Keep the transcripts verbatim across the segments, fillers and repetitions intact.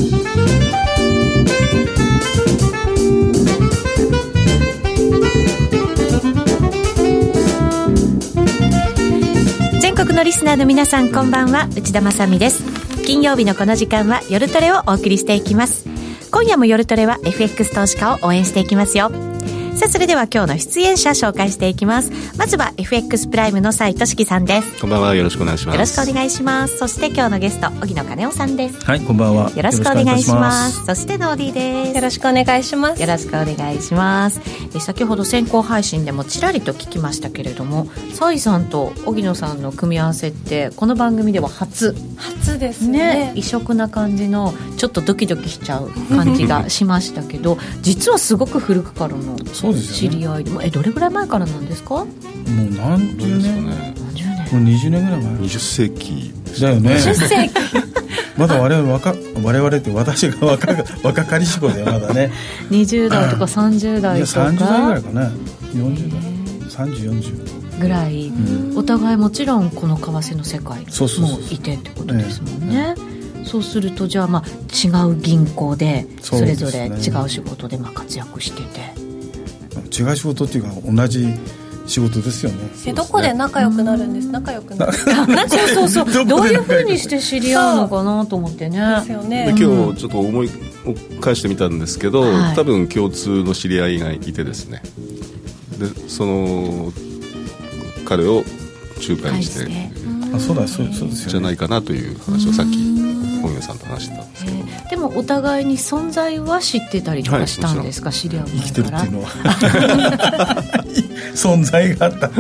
全国のリスナーの皆さん、こんばんは。内田まさみです。金曜日のこの時間は夜トレをお送りしていきます。今夜も夜トレは エフエックス 投資家を応援していきますよ。さあ、それでは今日の出演者紹介していきます。まずは エフエックス プライムの斉俊樹さんです。 こんばんは、よろしくお願いします。 よろしくお願いします。そして今日のゲスト、荻野金夫さんです。 はい、こんばんは。 よろしくお願いします。そしてノーディーです。 よろしくお願いします。 よろしくお願いします。え先ほど先行配信でもちらりと聞きましたけれども、斉さんと荻野さんの組み合わせってこの番組では初初です ね, ね異色な感じの、ちょっとドキドキしちゃう感じがしましたけど実はすごく古くからの知り合いで、えどれぐらい前からなんですか？ もう何十年、 ね、 何十年もうにじゅうねんぐらい前、 にじゅっせいきだよね。 にじゅっせいきまだ我々若我々って私が若若かりし頃でまだねにじゅう代とかさんじゅう代とか、 いやさんじゅう代ぐらいかな、よんじゅう代、さんじゅう、よんじゅうぐらい、うん、お互いもちろんこの為替の世界もいてってことですもんね。そうするとじゃあ、まあ、違う銀行でそれぞれ違う仕事でまあ活躍してて、 違う仕事っていうか同じ仕事ですよね。 えどこで仲良くなるんです？仲良くなるそうそうそうどういう風にして知り合うのかなと思ってね。 ですよね。 で今日ちょっと思い返してみたんですけど、はい、多分共通の知り合いがいてですね、でその彼を仲介して、 あそうだそうそうですよね、 じゃないかなという話をさっき本屋さんと話してたんですけど、 でもお互いに存在は知ってたりとかしたんですか？はい、知り合う前から生きてるっていうのは存在があった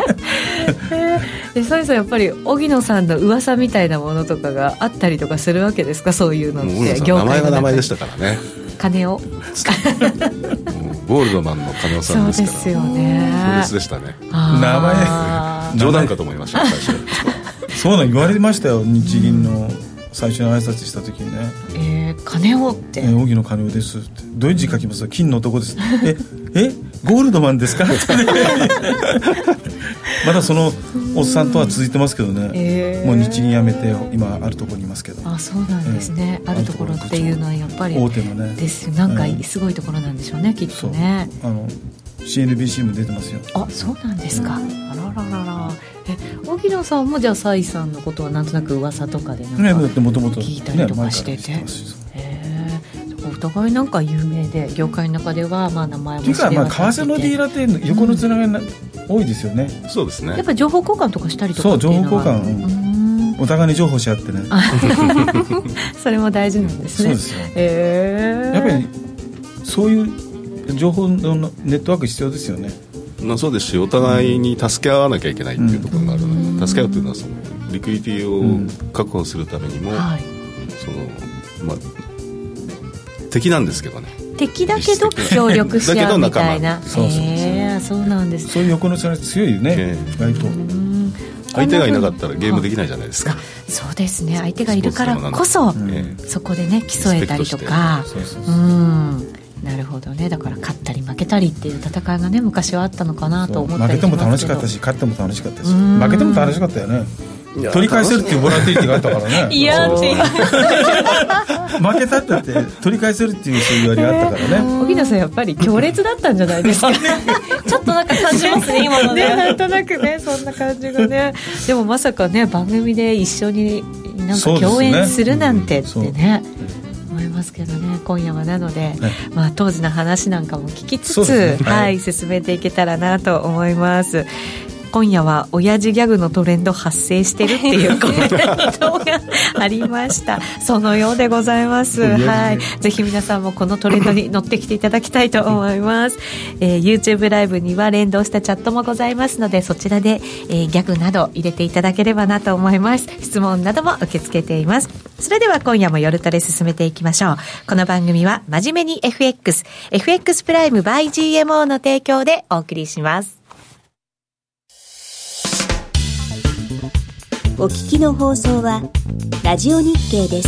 で、斉さんやっぱり荻野さんの噂みたいなものとかがあったりとかするわけですか？そういうのって。 荻野さん名前が名前でしたからね。 金をゴールドマンの金尾さんですから。 そうですよね。 強烈でしたね。 名前冗談かと思いました最初そうなん言われましたよ、日銀の最初に挨拶した時にね、 えー、金尾って、 えー、荻野金尾ですって、どういう字書きますか？金の男ですええゴールドマンですかまだそのおっさんとは続いてますけどね、えー、もう日銀辞めて今あるところにいますけど。 あ、そうなんですね、えー、あるところっていうのはやっぱり大手のねですなんかすごいところなんでしょうね、きっとね。 あの シーエヌビーシー も出てますよ。 あ、そうなんですか、うん、あらららら。え、荻野さんもじゃあ斉さんのことはなんとなく噂とかでなんか聞いたりとかしてて、ね、えー、お互いなんか有名で業界の中ではまあ名前も知れ渡ってて、 というかまあ為替のディーラーって横のつながり、うん、多いですよね。 そうですね。 やっぱり情報交換とかしたりとかっていうのは、 そう情報交換、うん、お互いに情報し合ってねそれも大事なんですね。 そうですよ、 えー、 やっぱりそういう情報のネットワーク必要ですよね。 まあ、そうですし、お互いに助け合わなきゃいけないっていうところがあるので、うん、助け合うというのはそのリクイディを確保するためにも、うん、はい、そのまあ、敵なんですけどね、 敵だけど協力し合うみたいなそうそうそう、 えー、そうなんです。 そういう横のつながり強いよね、えー、意外と相手がいなかったらゲームできないじゃないですか。 そうですね、相手がいるからこそ、うん、そこでね競えたりとか、そうそうそう、うん、なるほどね。だから勝ったり負けたりっていう戦いがね昔はあったのかなと思ったりしますけど、 負けても楽しかったし勝っても楽しかったし、負けても楽しかったよね。取り返せるっていうボラティリティがあったからね。 いやって負けたってって取り返せるっていうそういう割があったからね。 荻野さんやっぱり強烈だったんじゃないですかちょっとなんか感じますね今のね。 ね、なんとなくねそんな感じがねでもまさかね番組で一緒になんか共演するなんてってね思いますけどね。今夜はなので、ね、まあ、当時の話なんかも聞きつつ、ね、はい、進めていけたらなと思います。今夜は親父ギャグのトレンド発生してるっていうコメントがありましたそのようでございます、はい、ぜひ皆さんもこのトレンドに乗ってきていただきたいと思います、えー、YouTube ライブには連動したチャットもございますのでそちらで、えー、ギャグなど入れていただければなと思います。質問なども受け付けています。それでは今夜も夜トレ進めていきましょう。この番組は真面目に エフエックス エフエックス プライム by ジーエムオー の提供でお送りします。 お聞きの放送はラジオ日経です。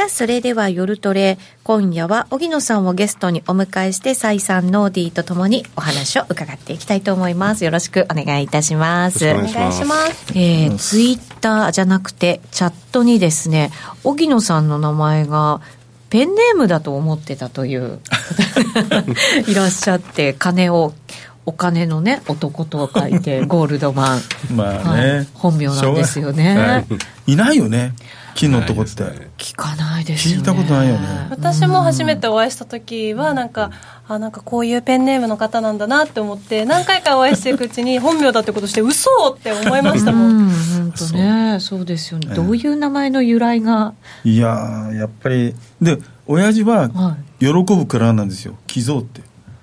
あそれでは夜トレ、今夜は荻野さんをゲストにお迎えして蔡さん、ノーディーとともにお話を伺っていきたいと思います。よろしくお願いいたします。 お願いします。 えー、ツイッターじゃなくてチャットにですね、荻野さんの名前がペンネームだと思ってたといういらっしゃって、金をお金のね男と書いてゴールドマンまあね、はい、 本名なんですよね、 はい、いないよね金の男って、ね、 聞かないですよね。 聞いたことないよね。 私も初めてお会いした時はなんか、あ、なんかこういうペンネームの方なんだなって思って、何回かお会いしていくうちに本名だってことして嘘って思いましたもん。 本当ね、そうですよね。どういう名前の由来が、 いややっぱりで親父は喜ぶ蔵なんですよ、寄贈って。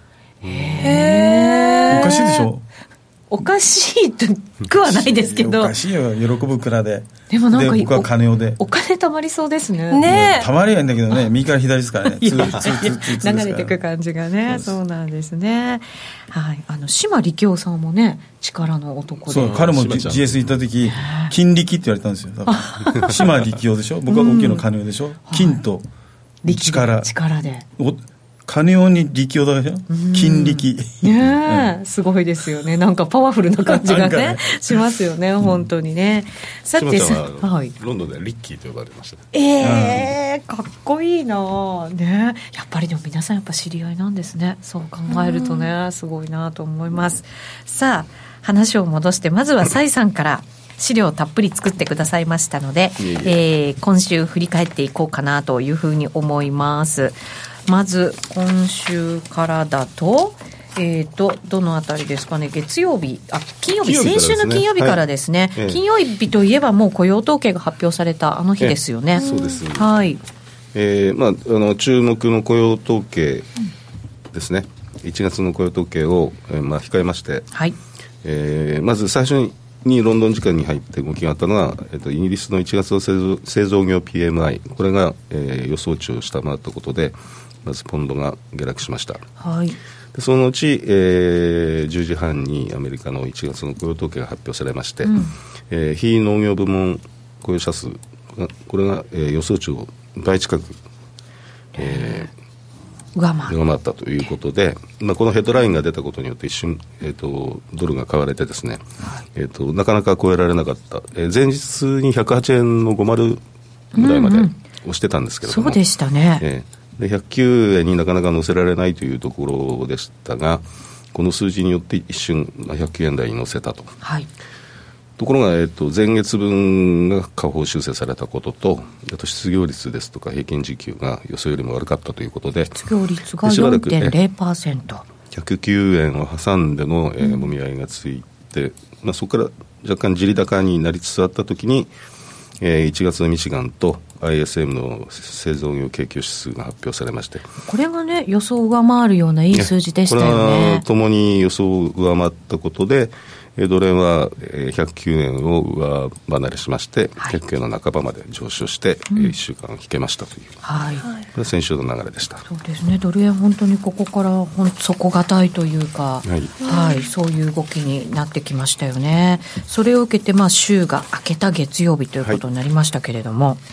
へー、 おかしいでしょ。 おかしいくはないですけど、 おかしいよ、喜ぶ蔵で。 でもなんかで僕は金をでお, お金貯まりそうですね。 ねえ、 たまりはいいんだけどね、右から左ですからね、 流れていく感じがね。そうなんですね。はい、あの島力夫さんもね力の男で、 そう彼も ジーエス 行った時金力って言われたんですよ。島力夫でしょ、僕は大きいの金をでしょ、うん、金と力、 力でお金をに力をだでしょ、金力ね、うん、すごいですよね。なんかパワフルな感じが ね, ねしますよね、本当にね。 さてさ、はい、ロンドンでリッキーと呼ばれました、ね、 えー、かっこいいな、ね、やっぱりでも皆さんやっぱ知り合いなんですね。そう考えるとねすごいなと思います。さあ話を戻して、まずは蔡さんから資料をたっぷり作ってくださいましたので、いえいえ、えー、今週振り返っていこうかなというふうに思います。まず今週からだと、えーとどのあたりですかね。月曜日、あ金曜日、先週の金曜日からですね、はい、金曜日といえばもう雇用統計が発表されたあの日ですよね。 そうです、 はい、 えーまあ、あの注目の雇用統計ですね、いちがつの雇用統計を、えーまあ、控えまして、はい、えー、まず最初ににロンドン時間に入って動きがあったのは、えっと、イギリスのいちがつの製造、製造業 ピーエムアイ、 これが、えー、予想値を下回ったことでまずポンドが下落しました、はい、でその後、えー、じゅうじはんにアメリカのいちがつの雇用統計が発表されまして、うん、えー、非農業部門雇用者数がこれが、えー、予想値を倍近く、えー上回上回ったということで、まあ、このヘッドラインが出たことによって一瞬、えー、とドルが買われてですね、はい、えー、となかなか超えられなかった、えー、前日にひゃくはちえんのごじゅうぐらいまで押してたんですけれども、 うんうん、そうでしたね、 えー、でひゃくきゅうえんになかなか乗せられないというところでしたが、この数字によって一瞬ひゃくきゅうえん台に乗せたと、はい、ところが、えー、と前月分が下方修正されたことと、あと失業率ですとか平均時給が予想よりも悪かったということで、 失業率が よんてんゼロパーセント、 ひゃくきゅうえんを挟んでの、えー、もみ合いがついて、まあ、そこから若干地利高になりつつあったときに、えー、いちがつのミシガンと アイエスエム の製造業景況指数が発表されまして、これがね予想を上回るようないい数字でしたよね。 これはともに予想を上回ったことで、ドル円はひゃくきゅうえんを上離れしまして、はい、ひゃくきゅうえんの半ばまで上昇して、うん、いっしゅうかん引けましたという、はい、これは先週の流れでした。 そうですね、ドル円本当にここからほん底堅いというか、はいはい、そういう動きになってきましたよね。それを受けて、まあ、週が明けた月曜日ということになりましたけれども、はい、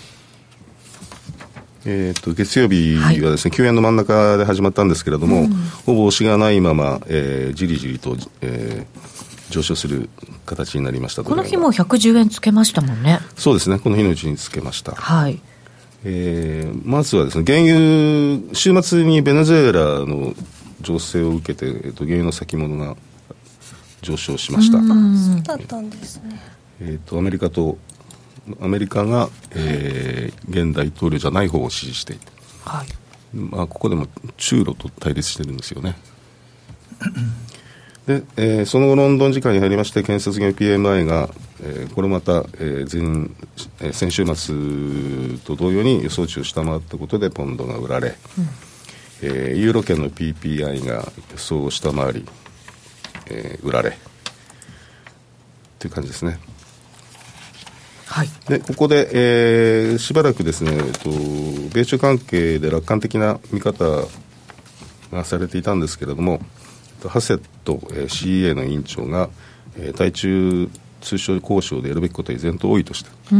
えー、と月曜日はですね、はい、きゅうえんの真ん中で始まったんですけれども、うん、ほぼ押しがないまま、えー、じりじりと、えー上昇する形になりました。 この日もひゃくじゅうえんつけましたもんね。 そうですね、この日のうちにつけました。 はい、 えー、まずはですね、原油週末にベネズエラの情勢を受けて、えー、と原油の先物が上昇しました。 そうだったんですね。 えー、とアメリカとアメリカが、えー、現大統領じゃない方を支持していて、はい、まあ、ここでも中ロと対立してるんですよね。で、えー、その後ロンドン時間に入りまして、建設業 ピーエムアイ が、えー、これまた、えー前えー、先週末と同様に予想値を下回ったことでポンドが売られ、うん、えー、ユーロ圏の ピーピーアイ が予想を下回り、えー、売られという感じですね。 はい、 でここで、えー、しばらくですね、えっと、米中関係で楽観的な見方がされていたんですけれども、ハセット、えー、シーイーエー の委員長が、えー、対中通商交渉でやるべきことは依然と多いとして、 うん、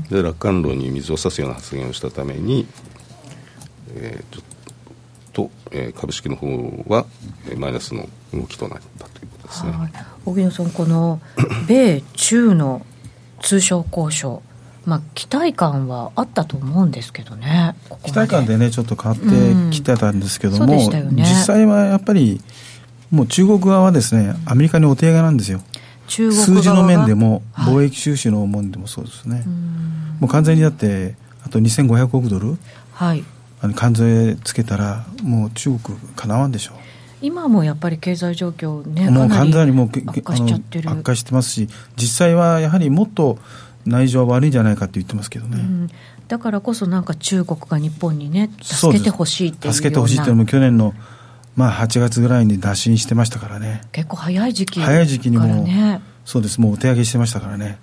で楽観論に水を差すような発言をしたために、えー、ちょっと、えー、株式の方は、えー、マイナスの動きとなったということですね。 荻野さん、この米中の通商交渉、まあ、期待感はあったと思うんですけどね。ここ期待感でねちょっと変わってきてたんですけども、うん、ね、実際はやっぱりもう中国側はですね、アメリカにお手上げなんですよ。中国側数字の面でも貿易収支の面でもそうですね、はい、もう完全にだってあとにせんごひゃくおくドル、はい、あの関税つけたらもう中国かなわんでしょう。 今もやっぱり経済状況ね、 もう完全にもう悪化しちゃってる。 悪化してますし、実際はやはりもっと内情は悪いんじゃないかって言ってますけどね、うん、 だからこそなんか中国が日本にね助けてほしいっていうような、 助けてほしいっていうのも去年のまあはちがつぐらいに打診してましたからね。 結構早い時期からね。 早い時期にもそうです、もうお手上げしてましたからね。 うん、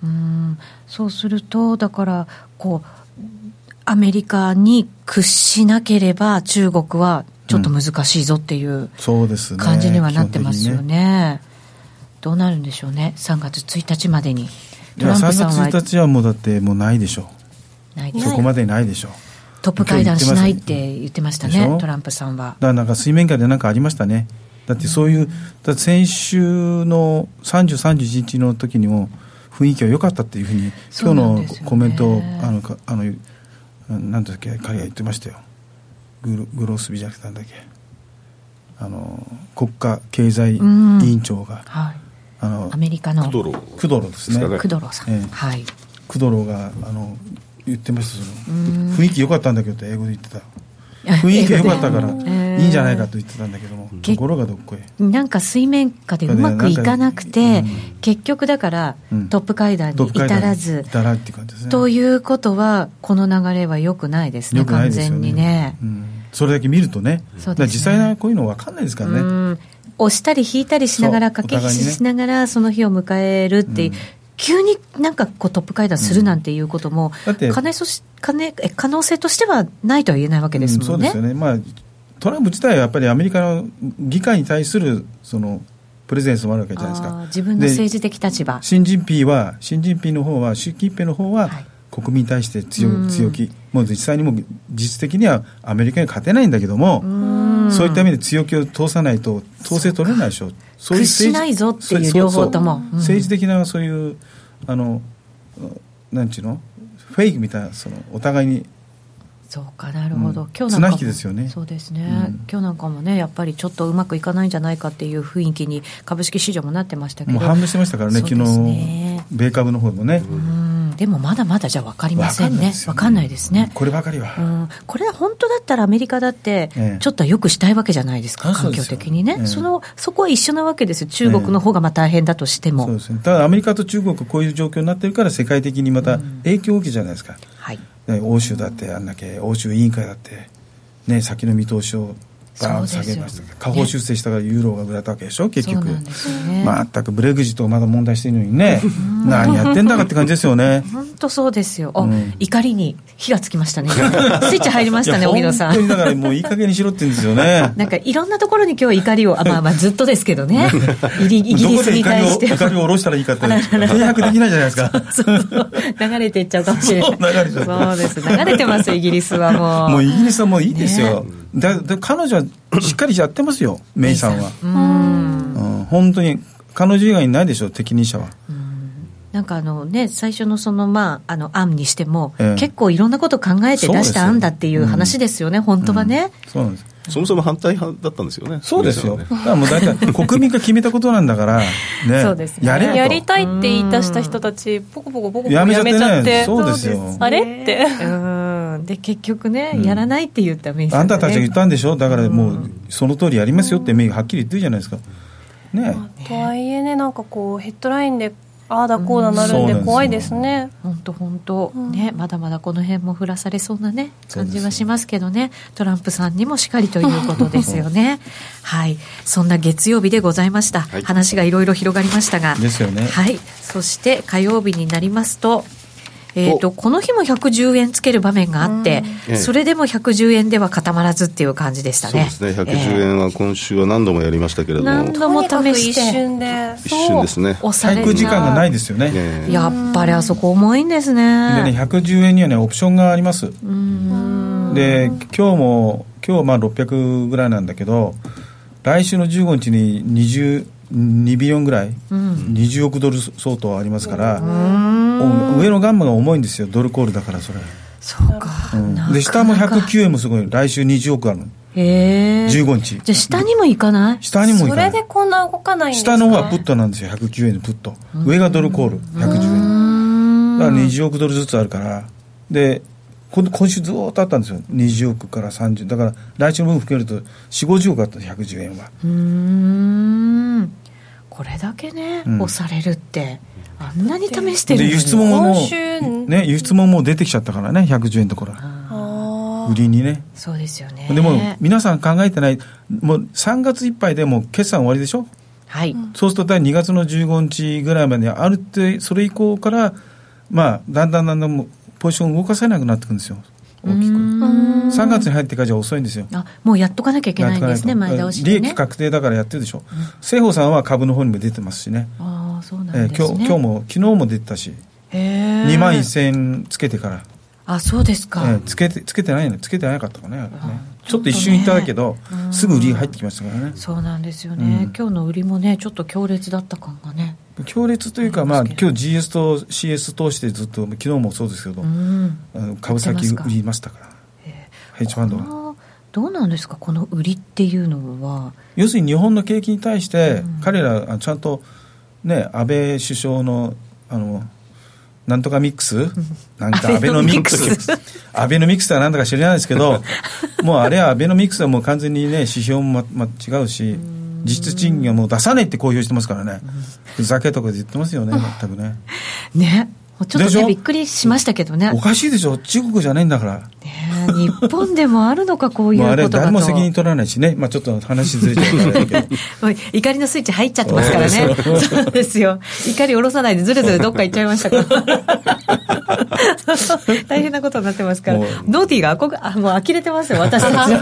そうするとだからこうアメリカに屈しなければ中国はちょっと難しいぞっていう感じにはなってますよね。うん、ね、どうなるんでしょうね、さんがつついたちまでに。 トランプさんはさんがつついたちはもうだってもうないでしょう。ないです。そこまでないでしょう。 トップ会談しないって言ってましたね、トランプさんは。 だからなんか水面下で何かありましたね。だってそういう、うん、だって先週のさんじゅう、さんじゅういちにちの時にも雰囲気は良かったっていうふうに今日のコメントをあのあのなんだっけ彼が言ってましたよ。グ ロ, グロースビじゃなくてなんだっけ、あの国家経済委員長が、はい、あのアメリカのクドロクドロですね。 クドロさん、えーはい、 クドロがあの言ってました。その雰囲気良かったんだけどって英語で言ってた。雰囲気良かったからいいんじゃないかと言ってたんだけども、ところがどっこへなんか水面下でうまくいかなくて、うん、結局だから、うん、トップ会談に至らず至らって感じですね。 ということはこの流れは良くないですね。完全にね、うん、 それだけ見ると ね, そうですね。実際はこういうの分かんないですからね。うん、 押したり引いたりしながら駆け引きしながらその日を迎えるっていう、うん、急になんかこうトップ会談するなんていうことも、うん、可能し可能可能性としてはないとは言えないわけですもんね。うん、そうですよね。 まあトランプ自体はやっぱりアメリカの議会に対するそのプレゼンスもあるわけじゃないですか。 自分の政治的立場。 新人 P は新人 P の方は習近平の方は、はい、国民に対して強強気、もう実際にも実質的にはアメリカに勝てないんだけども、うそういった意味で強気を通さないと統制取れないでしょ。 そういう屈しないぞっていう両方とも、 うん、政治的なそういうあのなんちゅうのフェイクみたいな、そのお互いにそうか、なるほど、うん、今日なんか綱引きですよね。 そうですね、うん、今日なんかもねやっぱりちょっとうまくいかないんじゃないかっていう雰囲気に株式市場もなってましたけど、 もう反応してましたからね、昨日米株の方もね。 うん、でもまだまだじゃ分かりませんね。分かんないですね、 こればかりは。 うん、これは本当だったらアメリカだってちょっとはよくしたいわけじゃないですか、ええ、環境的にね、ええ、そのそこは一緒なわけですよ。中国の方がまあ大変だとしても、ええ、そうですね。 ただアメリカと中国はこういう状況になってるから世界的にまた影響を受けじゃないですか、うん、はい、欧州だってあんだけ欧州委員会だって、ね、先の見通しをバーン下げました。下方修正したからユーロが売られたわけでしょ結局。そうなんですよね。全くブレグジットがまだ問題してるのにね何やってんだかって感じですよね。 本当そうですよ、うん、怒りに火がつきましたねスイッチ入りましたね荻野さん。 本当にだからもういい加減にしろって言うんですよねなんかいろんなところに今日怒りをあ、まあ、まあずっとですけどねイギリスに対してどこで怒りを下ろしたらいいかって契約できないじゃないですかそうそう流れていっちゃうかもしれない。そう流れちゃう。そうです流れてますイギリスはもうもうイギリスはもういいですよ、ね、だだ彼女はしっかりやってますよメイさんは。うん、うん、本当に彼女以外にないでしょ適任者は。うん、 なんかあのね最初のそのまああの案にしても、ええ、結構いろんなこと考えて出した案だっていう話ですよね、うん、本当はね、 うん、そうなんです。 そもそも反対派だったんですよね。 そうですよ、ね、だからもう大体国民が決めたことなんだから、ね、 そうですね、やれやとやりたいって言い出した人たちポコポコポコポコやめちゃって、ね、 そうですよ。 あれって、 うんで結局ね、うん、やらないって言ったメイさん、 ね、あんたたちが言ったんでしょ。だからもうその通りやりますよってメイがはっきり言ってるじゃないですか、ね。 まあ、とはいえねなんかこうヘッドラインでああだこうだなるんで怖いですね。 本当本当ね、まだまだこの辺も降らされそうなね感じはしますけどね。トランプさんにもしかりということですよねはい、そんな月曜日でございました、はい、話がいろいろ広がりましたがですよね。 はい、そして火曜日になりますとえー、とこの日もひゃくじゅうえんつける場面があって、うん、それでもひゃくじゅうえんでは固まらずっていう感じでしたね。 そうですね、ひゃくじゅうえんは今週は何度もやりましたけれども、 何度も試して一瞬で一瞬ですね、 滞空時間がないですよね、 ね、やっぱりあそこ重いんですね。 でね、ひゃくじゅうえんにはねオプションがあります。うん、で今日も今日はまあろっぴゃくぐらいなんだけど、来週のじゅうごにちににじゅうにビリオンぐらい、うん、にじゅうおくドル相当ありますから、上のガンマが重いんですよ、ドルコールだから。それそうか、 うん、で下もひゃくきゅうえんもすごい、来週にじゅうおくあるの。 へー、 じゅうごにち。 じゃあ下にも行かない？ 下にも行かない。 それでこんな動かないんですか？ 下の方はプットなんですよ、ひゃくきゅうえんのプット、上がドルコールひゃくじゅうえんだからにじゅうおくドルずつあるから。で今週ずっとあったんですよ、にじゅうおくからさんじゅう、だから来週の分含めるとよんじゅうごじゅうおくあった、ひゃくじゅうえんは。 うーん、これだけね、うん、押されるってあんなに試してるのに。 で輸出ももう、ね、輸出ももう出てきちゃったからね、ひゃくじゅうえんのところ売りにね。 そうですよね。 でも皆さん考えてない、もうさんがついっぱいでもう決算終わりでしょ。 はい、 そうするとにがつのじゅうごにちぐらいまであるって、それ以降からまあだんだんだんだんもうポジションを動かせなくなってくるんですよ、大きく。さんがつに入ってからじゃ遅いんですよ。 あ、もうやっとかなきゃいけないんですね、前倒しでね。 利益確定だからやってるでしょ。生保さんは株の方にも出てますしね。 あ、そうなんですね、 えー、今日、今日も昨日も出てたし、 へにまんせんえんつけてから。 あ、そうですか、 えー、つけてつけてないのつけてなかったか ね, ねちょっと一瞬いったけど、ね、すぐ売り入ってきましたからね。 そうなんですよね、うん、今日の売りもねちょっと強烈だった感がね。 強烈というか、まあ、今日 ジーエス と シーエス 通してずっと昨日もそうですけど、うん、あの株先売りましたから、ヘッジファンドは。 どうなんですか、この売りっていうのは。 要するに日本の景気に対して、うん、彼らちゃんと、ね、安倍首相のあのなんとかミックス、うん、なんかアベノミックスアベノミックスはなんだか知らないですけどもうあれはアベノミックスはもう完全にね指標も、まま、違うし、実質賃金はもう出さないって公表してますからね、ふざけとかで言ってますよね、全くね。 ね、ちょっとねびっくりしましたけどね。 おかしいでしょ、中国じゃないんだから、 ね、日本でもあるのかこういうことだと。 あれ誰も責任取らないしね、まあ、ちょっと話ずれちゃうからけど怒りのスイッチ入っちゃってますからねそうですよ、怒り下ろさないでずるずるどっか行っちゃいましたから大変なことになってますから。ドーティーがあこがあもう呆れてますよ、私たちの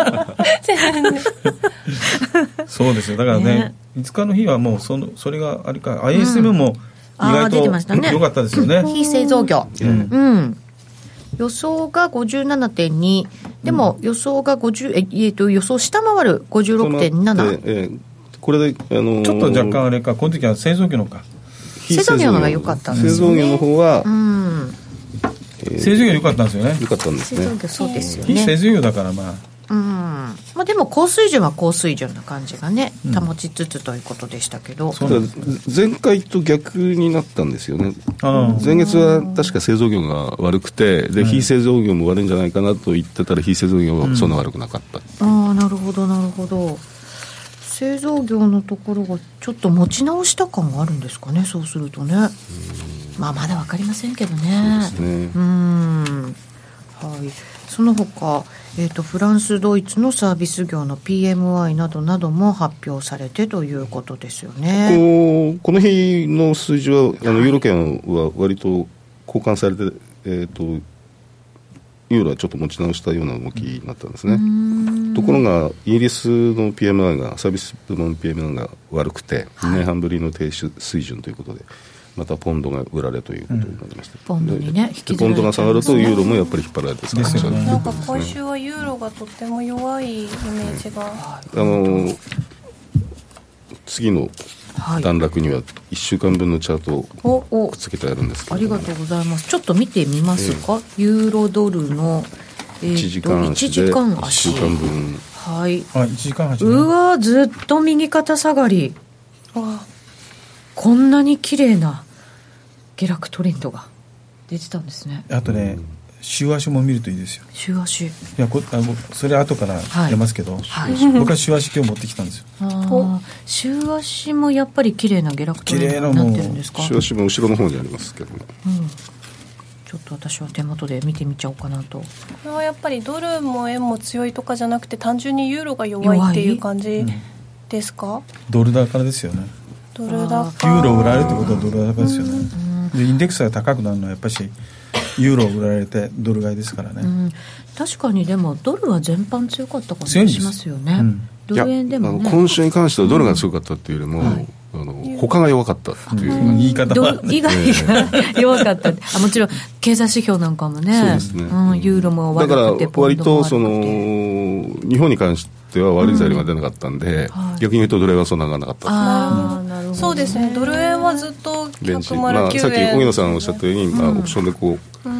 そうですよ、だからね、ねいつかの日はもう そ, のそれがあれか アイエスエム も意外と良、ね、かったですよね。 非製造業、うんうん、予想が ごじゅうななてんに でも予想がごじゅう、ええー、と予想下回る ごじゅうろくてんなな、えー、 これで、あのー、 ちょっと若干あれか、この時は製造業のか製造業の方が良かったんですよね。 製造業の方は、 うんえー、製造業良かったんですよね。 良かったんですね。 製造業そうですよね。 非製造業だからまあうんまあ、でも高水準は高水準な感じがね、うん、保ちつつということでしたけど、 前回と逆になったんですよね。前月は確か製造業が悪くてで、うん、非製造業も悪いんじゃないかなと言ってたら非製造業はそんな悪くなかった、 うん、ああなるほどなるほど。製造業のところがちょっと持ち直した感があるんですかね、そうするとね。まあまだ分かりませんけどね。 そうですね。 うんはい、その他、えーと、フランスドイツのサービス業の ピーエムアイ などなども発表されてということですよね。 こ, この日の数字はあのユーロ圏は割と交換されて、えーと、ユーロはちょっと持ち直したような動きになったんですね。ところがイギリスの ピーエムアイ がサービス部門 ピーエムアイ が悪くて、はい、にねんはんぶりの低水準ということでまたポンドが売られということになりました、うん、 ポンドにね引きずられてますね。 ポンドが下がるとユーロもやっぱり引っ張られて下がる、 ね、なんか今週はユーロがとっても弱いイメージが、 あの次の段落にはいっしゅうかんぶんのチャートをくっつけてあるんですけど、 ありがとうございます。ちょっと見てみますか、えー、ユーロドルの、えー、 いちじかん足でいっしゅうかんぶん、 はい、 あいちじかん足、ね、 うわずっと右肩下がり。あこんなに綺麗な下落トレンドが出てたんですね。 あとね、週足も見るといいですよ。 週足、いやこあそれ後から出ますけど、はいはい、僕は週足今日持ってきたんですよ。 あ週足もやっぱり綺麗な下落トレンドになってるんですか。 週足も後ろの方にありますけど、ねうん、ちょっと私は手元で見てみちゃおうかなと。これはやっぱりドルも円も強いとかじゃなくて単純にユーロが弱いっていう感じですか、うん、 ドル高からですよね。 ドル高ユーロ売られるってことはドル高ですよね。 うんでインデックスが高くなるのはやっぱりユーロ売られてドル買いですからね、うん、 確かにでもドルは全般強かった感じしますよね、うん、ドル円でも、ね、 いや今週に関してはドルが強かったっていうよりも、うんはい、あの他が弱かったっていう、 うん、言い方はドル以外が弱かったあもちろん経済指標なんかもね、そうですね、うん、ユーロも悪くてだから割とその日本に関しては悪い材料が出なかったんで、うんはい、逆に言うとドル円はそんながなかったあ、うん、なるほどそうですねドル円はずっとひゃくきゅうえん、まあ、 さっき荻野さんおっしゃったように、うんまあ、オプションでこう、うん、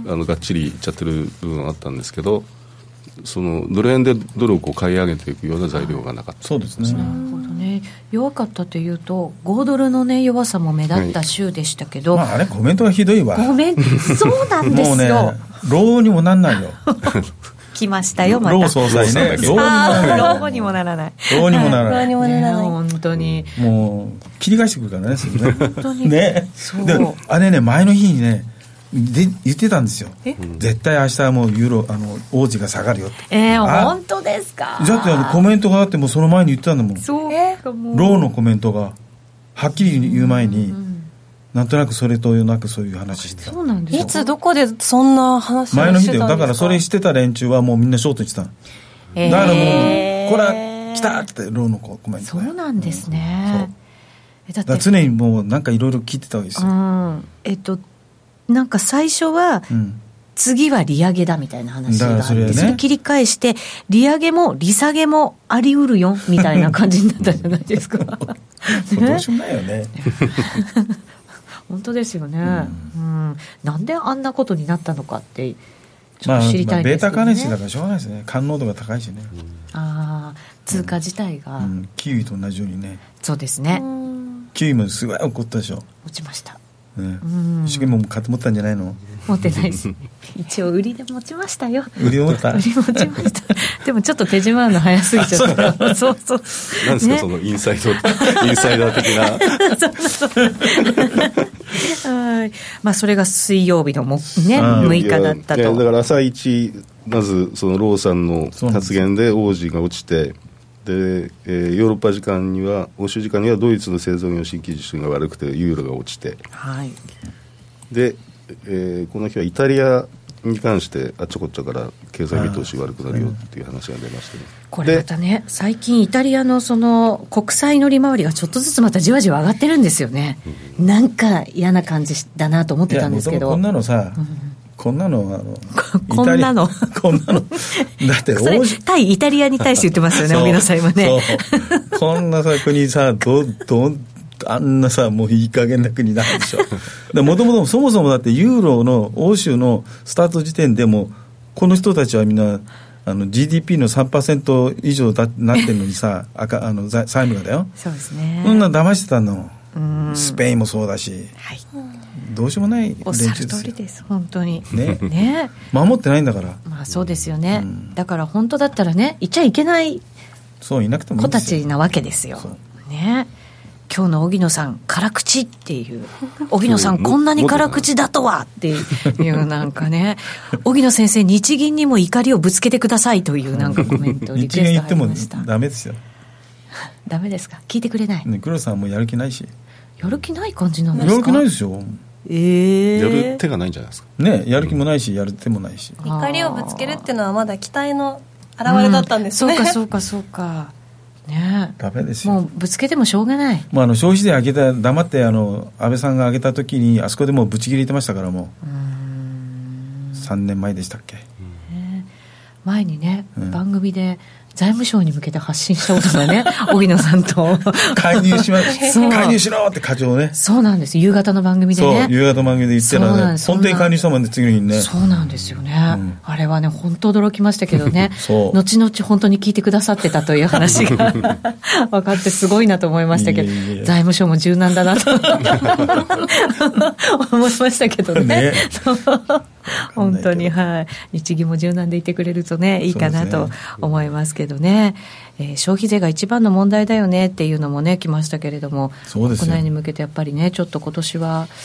あのがっちりいっちゃってる部分があったんですけどそのドル円でドルをこう買い上げていくような材料がなかった、 そうですね、 なるほどね。弱かったというとごドルの、ね、弱さも目立った週でしたけど、 はいまあ、あれコメントがひどいわコメントそうなんですよもうねローにもなんないよ来ましたよまたロー総裁ねローにもならないローにもならないローにもならない、 ね、本当にもう切り返してくるからねそれね本当にねであれね前の日にねで言ってたんですよ絶対明日はもうユーロあの王子が下がるよって、 えー、本当ですかだってあのコメントがあってもその前に言ってたんだもんそうえローのコメントがはっきり言う前に、うんうん、なんとなくそれとなくそういう話してた。 そうなんですよ。 いつどこでそんな話をしてたんですか。 前の日でだからそれしてた連中はもうみんなショートにしてた、えー、だからもうこれ来たってローのコメントそうなんですね、 うん、だってだ常にもうなんかいろいろ聞いてたわけですよ、うん、 えっとなんか最初は、うん次は利上げだみたいな話があって それ,、ね、それ切り返して利上げも利下げもありうるよみたいな感じになったじゃないですかどうしようもないよね本当ですよね、うんうん、なんであんなことになったのかってちょっと知りたいんですけどね、まあまあ、ベータカレンシーだからしょうがないですね感濃度が高いしね、うん、あ通貨自体が、うん、 キウイと同じようにねそうですねキウイもすごい怒ったでしょ落ちましたね、うん一生懸命買って持ったんじゃないの持ってないです一応売りで持ちましたよ売りを持った売り持ちましたでもちょっと手締まるの早すぎちゃったそうそうなんですか、ね、そのインサイドインサイダー的なそうそうはいまあそれが水曜日のも、ね、むいかだったとだから朝一まずそのローさんの発言で王子が落ちてで、えー、ヨーロッパ時間には欧州時間にはドイツの製造業新規需給が悪くてユーロが落ちて、 はい、 で、えー、この日はイタリアに関してあっちょこっちょから経済見通し悪くなるよっていう話が出まして、ね、 これまたね最近イタリアのその国債の利回りがちょっとずつまたじわじわ上がってるんですよね、うん、なんか嫌な感じだなと思ってたんですけどこんなのさ、うんこんなのあのこんなのこんなのだってそれ対イタリアに対して言ってますよね荻野さん今ねそうこんなさ国さどどあんなさもういい加減な国なんでしょもともとそもそもだってユーロの欧州のスタート時点でもこの人たちはみんなあの ジーディーピー の さんパーセント 以上だなってるのにさ赤あの債務がだよそうですねそんな騙してたのスペインもそうだし、はい、どうしようもない連中ですよ。 おっしゃる通りです本当にね, ね守ってないんだからまあそうですよね、うん、だから本当だったらねいちゃいけないそういなくてもいい子たちなわけですよね今日の荻野さん辛口っていう荻野さんこんなに辛口だとはっていうなんかね荻野先生日銀にも怒りをぶつけてくださいというなんかコメントリクエスト入りました。 日銀言ってもダメですよダメですか聞いてくれない、 ね、黒さんもやる気ないしやる気ない感じなんですか。 やる気ないですよ、 えー、 やる手がないんじゃないですかねやる気もないしやる手もないし怒りをぶつけるっていうのはまだ期待の表れだったんですね、 うん、そうかそうかそうかねダメですよもうぶつけてもしょうがない、 まあ、あの消費税上げた黙ってあの安倍さんが上げた時にあそこでもうぶち切れてましたからもう、うーんさんねんまえでしたっけ、 うんね、前にね、うん、番組で財務省に向けて発信したことがね荻野さんと介入しま介入しろって課長ねそうなんです夕方の番組でねそう夕方の番組で言ってるのね本当に介入したもんね次の日にねそうなんですよね、うん、あれはね本当驚きましたけどね後々本当に聞いてくださってたという話が分かってすごいなと思いましたけどいやいやいや財務省も柔軟だなと思いましたけど ね, ね本当にはい日銀も柔軟でいてくれるとねいいかなと思いますけどね、えー、消費税が一番の問題だよねっていうのもね来ましたけれどもそうですよ国内に向けてやっぱりねちょっと今年は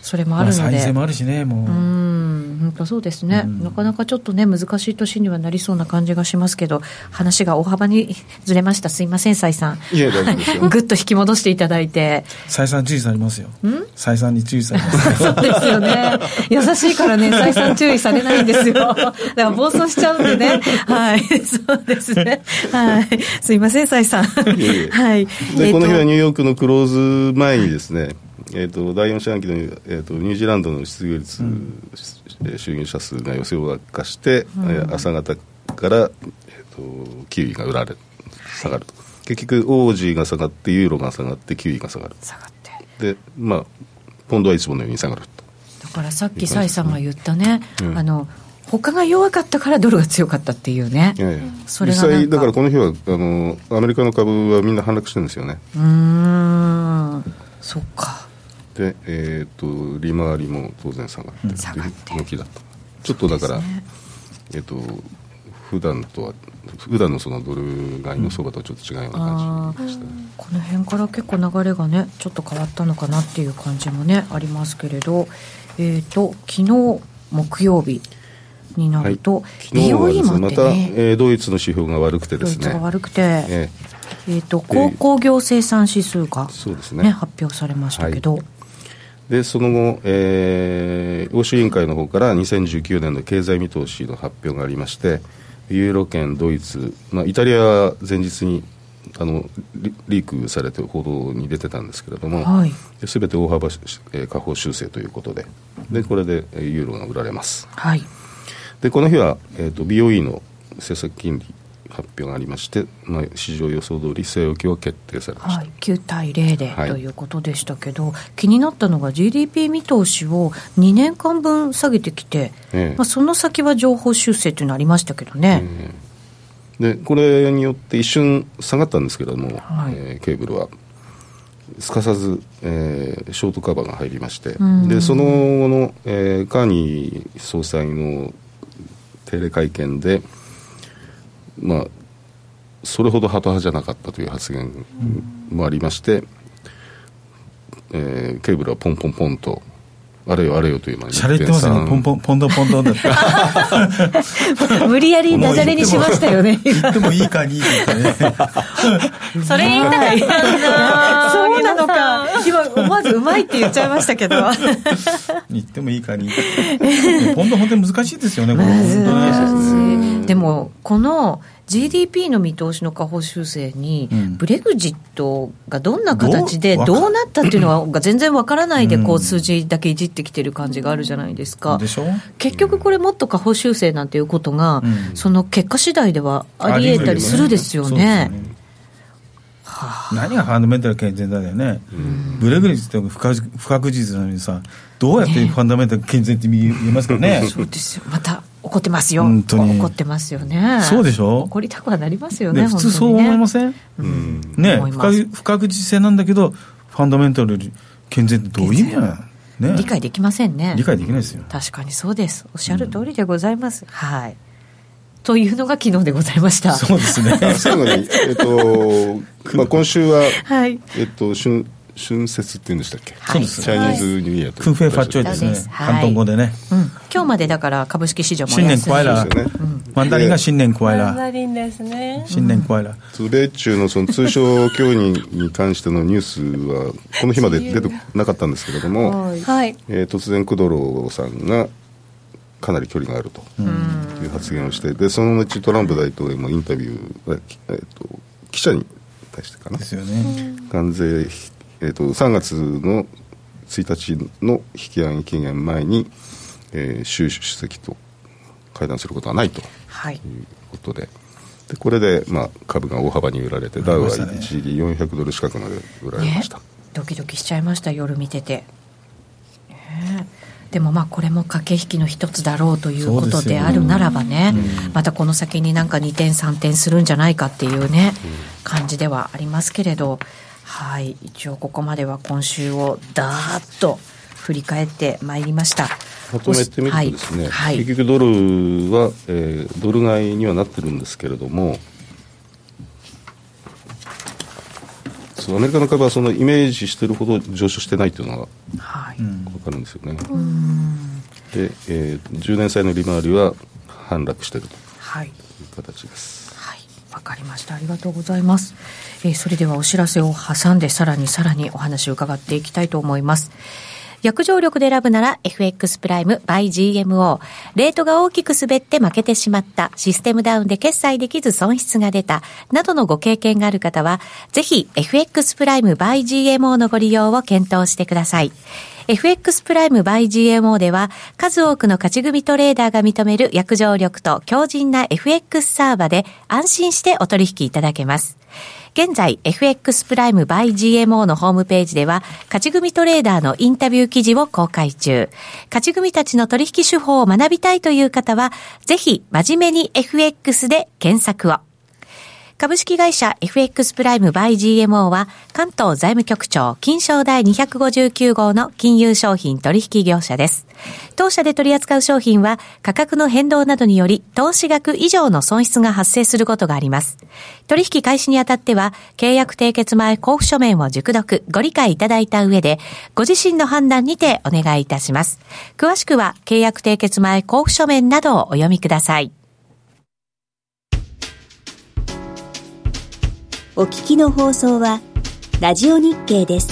それもあるので、まあ、 再生もあるしね、もううん本当そうですね、うん、なかなかちょっとね難しい年にはなりそうな感じがしますけど、話が大幅にずれました。すいません蔡さん、 いや大丈夫ですよぐっと引き戻していただいて。 蔡さん注意されますよ。蔡さんに注意されますそうですよね、優しいからね蔡さん注意されないんですよだから暴走しちゃうんでねはいそうですねはいすいません蔡さんいやいやはい、 で、 えー、 この日はニューヨークのクローズ前にですね、えー、とだいよん四半期の、えー、とニュージーランドの失業率、うん、就業者数が予想悪化して、うん、朝方から、えー、とキウイが売られ下がると、はい、結局オージーが下がってユーロが下がってキウイが下がる、 下がってで、まあ、ポンドはいつものように下がると。 だからさっき蔡さんが言ったね、うん、あの他が弱かったからドルが強かったっていうね、いやいやそれがなんか実際だからこの日はあのアメリカの株はみんな反落してるんですよね。 うーんそっかで、えー、と利回りも当然下がってという動きだと、ちょっとだから、ねえー、と普段とは普段のそのドル買いの相場とはちょっと違うような感じでしたね、うん、 この辺から結構流れがねちょっと変わったのかなっていう感じもねありますけれど、えー、と昨日木曜日になると、はい、 昨日はですね、また、えー、ドイツの指標が悪くてですね、 ドイツが悪くて、えーえー、と鉱工業生産指数が、ねそうですね、 発表されましたけど、はい、 でその後、えー、欧州委員会の方からにせんじゅうきゅうねんの経済見通しの発表がありまして、ユーロ圏、ドイツ、まあ、イタリアは前日にあの リ, リークされて報道に出てたんですけれども、はい、すべて大幅、えー、下方修正ということで、でこれでユーロが売られます、 はい、でこの日は、えー、と ビーオーイー の政策金利発表がありまして、まあ、市場予想通り据え置きは決定されました、はい、 きゅうたいゼロで、はい、ということでしたけど、気になったのが ジーディーピー 見通しをにねんかんぶん下げてきて、ええまあ、その先は情報修正というのありましたけどね、 え、でこれによって一瞬下がったんですけれども、はいえー、ケーブルはすかさず、えー、ショートカバーが入りまして、でその後の、えー、カーニー総裁の定例会見で、まあ、それほどハト派じゃなかったという発言もありまして、えー、ケーブルはポンポンポンとあれよあれよという間にしゃれってますね、ポンポンポンドポンドだって無理やりダジャレにしましたよね。 言ってもいいかにって言ってねそれ言いたかったんだそうなのか、今思わずうまいって言っちゃいましたけど言ってもいいかにポンド本当に難しいですよね、これ難しい。でもこのジーディーピー の見通しの下方修正に、うん、ブレグジットがどんな形でどうなったっていうのが全然わからないでこう数字だけいじってきてる感じがあるじゃないですか。 でしょ？ 結局これもっと下方修正なんていうことが、うん、その結果次第ではあり得たりするですよね。 はあ、何がファンダメンタル健全だよね、うん、ブレグジットが不確、不確実なのにさ、どうやってファンダメンタル健全って言えますかね。 そうですよ、また怒ってますよ、本当に怒ってますよね。 そうでしょ、 怒りたくはなりますよね。 普通そう思いません、うん、ね、不確、不確実性なんだけどファンダメンタル健全ってどういう意味なの、ね、 理解できませんね。 理解できないですよ。 確かにそうです、おっしゃる通りでございます、うん、はい、というのが昨日でございました。 そうですね最後に、えっとまあ、今週は、はいえっと、春春節っていうんでしたっけ、 はい、 チャイニーズニューイヤーとクンフェイファッチョイですね、広東語でね、 うん、今日までだから株式市場も新年クワイラー、うん、マンダリンが新年クワイラー、 マンダリンですね、 新年クワイラー、米中のその通商協議に関してのニュースはこの日まで出てなかったんですけれども、はいえー、突然クドロさんがかなり距離があるという発言をして、でその後トランプ大統領もインタビュー、えー、と記者に対してかなですよね、関税、えー、とさんがつのついたちの引き上げ期限前に、えー、習主席と会談することはないということで、はい、でこれで、まあ、株が大幅に売られて、ダウは一時よんひゃくドル近くまで売られました、ね、 ドキドキしちゃいました、夜見てて、ね、でもまあこれも駆け引きの一つだろうということであるならばね、うん、またこの先になんかにてんさんてんするんじゃないかっていうね、うん、感じではありますけれど、はい、一応ここまでは今週をダーッと振り返ってまいりました。 まとめてみるとですね、はいはい、結局ドルは、えー、ドル買いにはなってるんですけれども、 。アメリカの株はそのイメージしてるほど上昇してないというのが分かるんですよね。うん、で、えー、じゅうねん債の利回りは反落しているという形です。 はい、わかりました。ありがとうございます。えー、それではお知らせを挟んでさらにさらにお話を伺っていきたいと思います。約定力で選ぶなら エフエックス プライム by ジーエムオー。レートが大きく滑って負けてしまった、システムダウンで決済できず損失が出た、などのご経験がある方は、ぜひ エフエックス プライム by ジーエムオー のご利用を検討してください。エフエックス プライム by ジーエムオー では、数多くの勝ち組トレーダーが認める約定力と強靭な エフエックス サーバで安心してお取引いただけます。現在 エフエックス プライム by ジーエムオー のホームページでは勝ち組トレーダーのインタビュー記事を公開中。勝ち組たちの取引手法を学びたいという方はぜひ真面目に エフエックス で検索を。株式会社 エフエックス プライム by ジーエムオー は関東財務局長金商第にひゃくごじゅうきゅう号の金融商品取引業者です。当社で取り扱う商品は価格の変動などにより投資額以上の損失が発生することがあります。取引開始にあたっては契約締結前交付書面を熟読ご理解いただいた上でご自身の判断にてお願いいたします。詳しくは契約締結前交付書面などをお読みください。 お聞きの放送はラジオ日経です。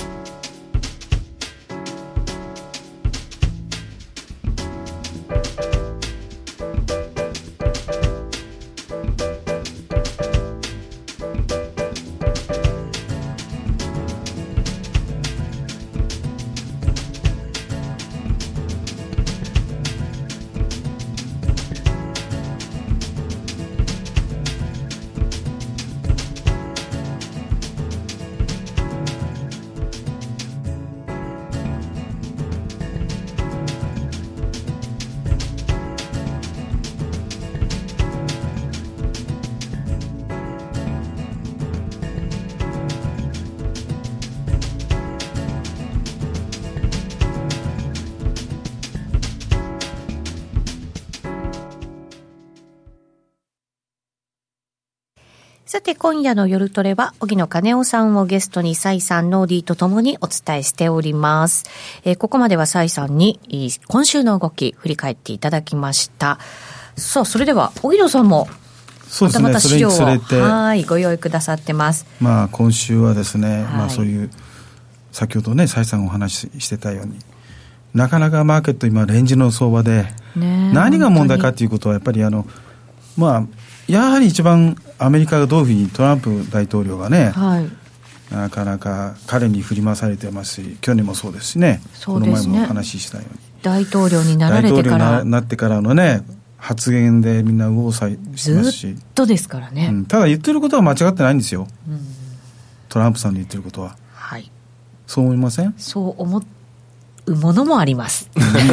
さて今夜の夜トレは荻野金夫さんをゲストに蔡さん、ノーディーとともにお伝えしております。えー、ここまでは蔡さんに今週の動き振り返っていただきました。さあそれでは荻野さんもまたまた資料をはいご用意くださってます。 まあ今週はですね、はい、まあそういう先ほどね蔡さんお話ししてたようになかなかマーケット今レンジの相場で、ね、何が問題かということはやっぱりあのまあやはり一番アメリカがどういうふうにトランプ大統領がね、はい、なかなか彼に振り回されてますし去年もそうですしね、そうですね、この前も話したように大統領になられてから大統領になってからのね発言でみんな右往左往してますしずっとですからね、 うん、ただ言ってることは間違ってないんですよ、うん、トランプさんの言ってることは、 はい、 そう思いません？ そう思うものもあります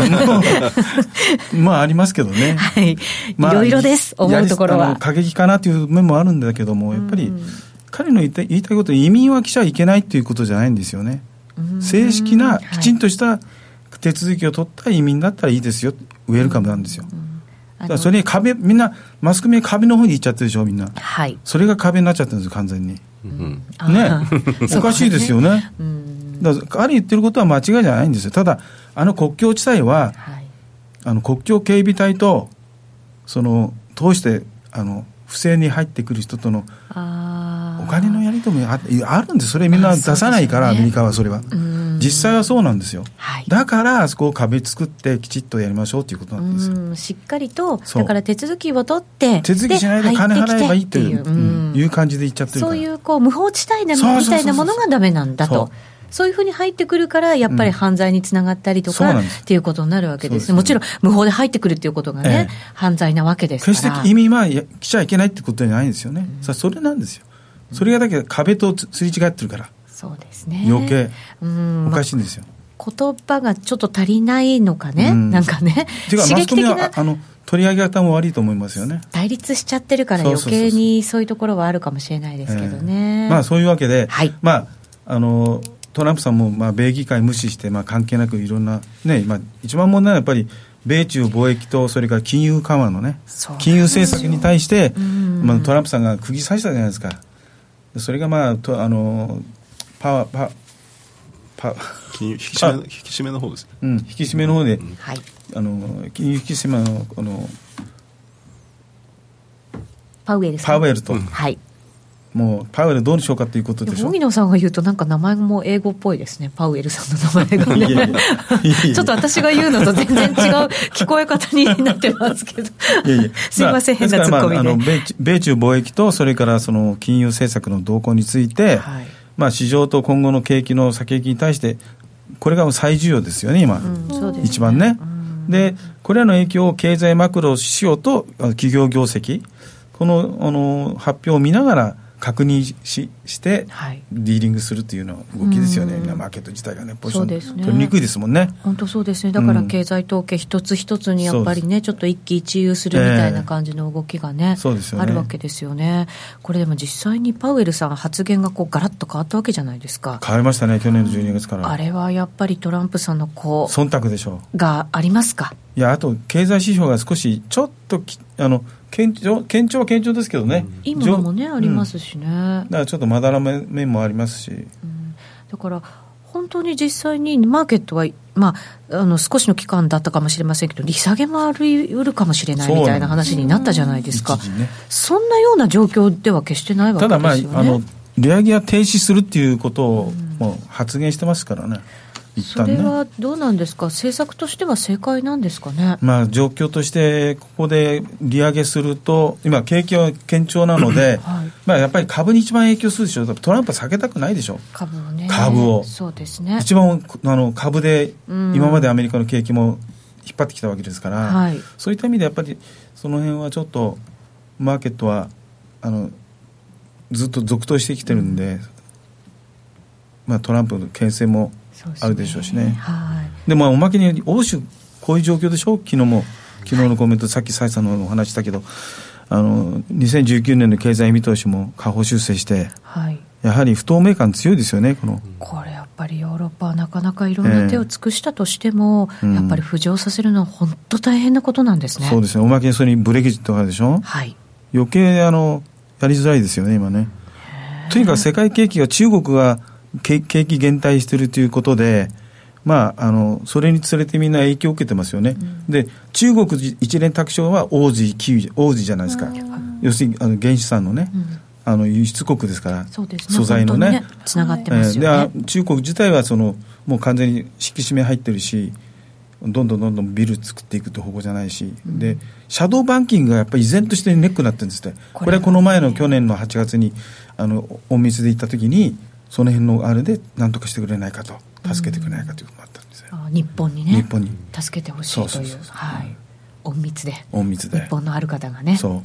まあありますけどね、 はい、まあ、いろいろです思うところは過激かなという面もあるんだけどもやっぱり彼の言いたい、言いたいこと移民は来ちゃいけないっていうことじゃないんですよね。正式なきちんとした手続きを取った移民だったらいいですよ、ウェルカムなんですよ。だからそれに壁みんなマスコミは壁の方に行っちゃってるでしょみんな、はい、それが壁になっちゃってるんですよ完全に、うん、ねおかしいですよね、うん、だから彼言ってることは間違いじゃないんですよ。ただあの国境地帯は、はい、あの国境警備隊とその通してあの不正に入ってくる人とのお金のやり取りも あ, あるんです。それみんな出さないから、ね、アメリカはそれは実際はそうなんですよ、はい、だからあそこを壁作ってきちっとやりましょうということなんですよ。 うんしっかりとだから手続きを取って手続きしないで金払えばいいという、うん、いう感じで言っちゃってるから、 そういうこう無法地帯みたいなものがダメなんだと、そういうふうに入ってくるからやっぱり犯罪につながったりとか、うん、っていうことになるわけですね。もちろん無法で入ってくるっていうことがね、ええ、犯罪なわけですから決して移民は来ちゃいけないってことじゃないんですよね、うん、さそれなんですよ。それがだけど壁とすり違ってるから、 そうですね、 余計おかしいんですよ、 まあ、言葉がちょっと足りないのかね、うん、なんかねてか刺激的なマスコミはあの取り上げ方も悪いと思いますよね。 対立しちゃってるから余計にそういうところはあるかもしれないですけどね、 えー、まあそういうわけで、はい、まああのトランプさんもまあ米議会無視してまあ関係なくいろんなね、まあ、一番問題はやっぱり米中貿易とそれから金融緩和のね金融政策に対して、まあ、トランプさんが釘刺したじゃないですか。それがまあとあのパワーパパ金融引き締めの引き締めの方ですね、 うん、引き締めの方で、うん、 はい、 あの金融引き締めのこのパウエルさんパウエルと、 うん、はい、 もうパウエルどうしようかということでしょ。 荻野さんが言うとなんか名前も英語っぽいですね。パウエルさんの名前がね。いやいやいやちょっと私が言うのと全然違う聞こえ方になってますけどいやいやすいません、変なツッコミで、まあ、あの 米, 米中貿易とそれからその金融政策の動向について、はい、まあ、市場と今後の景気の先行きに対してこれが最重要ですよね今、うん、そうですね、一番ね、うん、でこれらの影響を経済マクロ指標と企業業績この、あの発表を見ながら確認 し, してディーリングするというの動きですよね、うん、マーケット自体がねポジション取りにくいですもんね。 本当そうですね。だから経済統計一つ一つにやっぱりね、うん、ちょっと一喜一憂するみたいな感じの動きがね、えー、そうですよね、あるわけですよね。これでも実際にパウエルさん発言がこうガラッと変わったわけじゃないですか。 変わりましたね、去年のじゅうにがつから。 あれはやっぱりトランプさんのこう忖度でしょうがありますか。 いや、あと経済指標が少しちょっとあの堅調、堅調は堅調ですけどね、 いいものもねありますしね、うん、 だからちょっとまだらめ面もありますし、うん、 だから本当に実際にマーケットは、まあ、あの少しの期間だったかもしれませんけど利下げもあり得るかもしれないみたいな話になったじゃないですか。 そ,、ね、そんなような状況では決してないわけですよね。 ただ、まあ、あの利上げは停止するっていうことをもう発言してますからね、一旦ね。 それはどうなんですか、政策としては正解なんですかね。 まあ、状況としてここで利上げすると今景気は堅調なので、はい、まあ、やっぱり株に一番影響するでしょ。トランプは下げたくないでしょ、 株をね。 株をそうですね、 一番あの株で今までアメリカの景気も引っ張ってきたわけですから、はい、そういった意味でやっぱりその辺はちょっとマーケットはあのずっと続投してきてるんで、まあ、トランプの牽制もあるでしょうしね。はい、でもおまけに欧州こういう状況でしょ。昨日も昨日のコメント、はい、さっき蔡さんのお話したけど、あのにせんじゅうきゅうねんの経済見通しも下方修正して、はい、やはり不透明感強いですよね。このこれやっぱりヨーロッパはなかなかいろんな手を尽くしたとしても、えー、やっぱり浮上させるのは本当大変なことなんですね。 そうですね。おまけにそれにブレグジットがあるでしょ、はい、余計あのやりづらいですよね今ね。とにかく世界景気が中国が景気減退しているということで、まあ、あのそれにつれてみんな影響を受けてますよね、うん、で中国一連卓上はオージー、キウイ、オージーじゃないですか。要するにあの原資産のね、うん、あの輸出国ですから、そうですね、素材の ね, ねつながってますよね、 えー、で中国自体はそのもう完全に引き締め入ってるし、どんどんどんどんビル作っていくって方向じゃないし、うん、でシャドーバンキングがやっぱり依然としてネックになってるんですって。これはこの前の去年のはちがつにあの隠密で行った時にその辺のあれで何とかしてくれないかと、助けてくれないかということがあったんですよ、 うん、あ日本にね、 日本に助けてほしいという、そうそうそうそう、はい、隠密で隠密で日本のある方がね、 そう、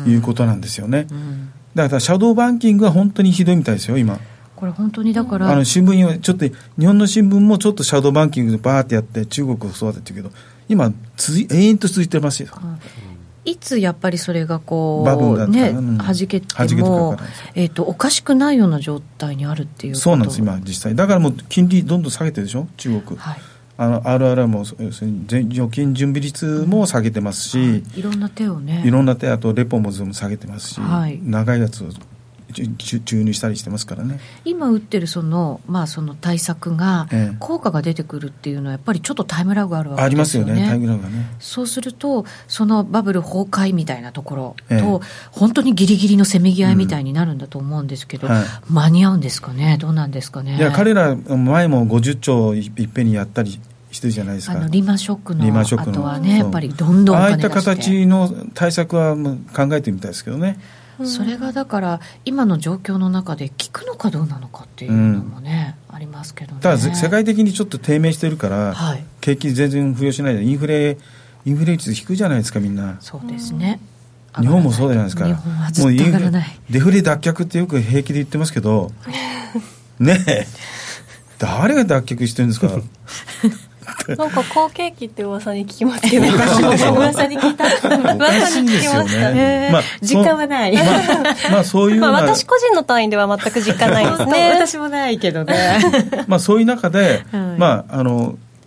うん、いうことなんですよね、うん、だからシャドーバンキングは本当にひどいみたいですよ今。 これ本当にだからあの新聞にはちょっと日本の新聞もちょっとシャドーバンキングでバーってやって中国を育ててるけど今つい永遠と続いてますよ。 いつやっぱりそれがこうね、うん、弾けてもえーとおかしくないような状態にあるっていうこと。 そうなんです今実際。だからもう金利どんどん下げてるでしょ中国、はい、あの アールアールアイ も要するに預金準備率も下げてますし、うんはい、 いろんな手をね、 いろんな手、あとレポもずも下げてますし、はい、長いやつを注入したりしてますからね。 今打ってるその、まあ、その対策が効果が出てくるっていうのはやっぱりちょっとタイムラグあるわけですよね。 ありますよね、タイムラグがね。 そうするとそのバブル崩壊みたいなところと、ええ、本当にギリギリのせめぎ合いみたいになるんだと思うんですけど、うんはい、間に合うんですかね、どうなんですかね。 いや彼ら前もごじゅっちょういっぺんにやったりしてるじゃないですか。 あのリーマンショックの後はねやっぱりどんどんお金出して、 ああいった形の対策は考えてみたいですけどね。 それがだから今の状況の中で効くのかどうなのかっていうのもね、うん、ありますけどね。 ただ世界的にちょっと低迷してるから、はい、景気全然浮揚しないでインフレインフレ率低いじゃないですかみんな。 そうですね、 日本もそうじゃないですか。 日本はずっと上がらない。 もうデフレ脱却ってよく平気で言ってますけどねえ誰が脱却してるんですかなんか好景気って噂に聞きますけど噂に聞いた噂に聞きました、 ねまあ、実感はない、まあまあ、そういう、 まあ、私個人の単位では全く実感ないですね私もないけどねまあそういう中で、はい、まああの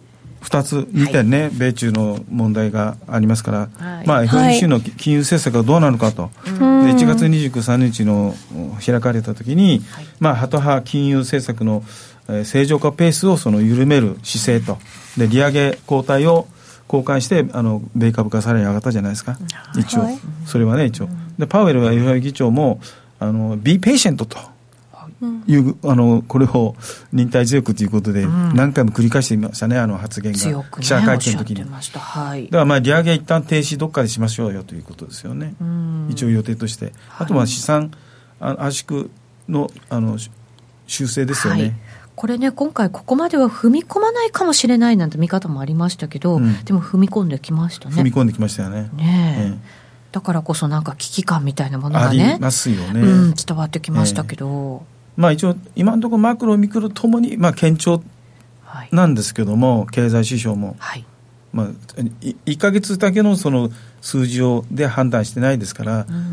ふたつにてんね、はい、米中の問題がありますから、はい、まあ、エフオーエムシー の金融政策がどうなるかと、はい、でいちがつにじゅうく、さんにちの開かれたときに、はい、まあ、ハト派金融政策の、えー、正常化ペースをその緩める姿勢と、で利上げ後退を交換してあの米株価さらに上がったじゃないですか、一応、はい、それはね、一応でパウエルは エフアール 議長もあの Be patient という、あのこれを忍耐強くということで何回も繰り返していましたね、あの発言が、 強くね、 記者会見の時に、 はい、 だからまあ利上げ一旦停止どっかでしましょうよということですよね、一応予定として。あとは資産圧縮 の, あの修正ですよね、はい、 これね、今回ここまでは踏み込まないかもしれないなんて見方もありましたけど、うん、でも踏み込んできましたね。 踏み込んできましたよね。 ねえ、ええ、だからこそなんか危機感みたいなものがね、 ありますよね、 うん、伝わってきましたけど、 ええ、まあ、一応今のところマクロミクロともにまあ堅調なんですけども、はい、経済指標も、はい、まあ、いっかげつだけのその数字をで判断してないですから、うん、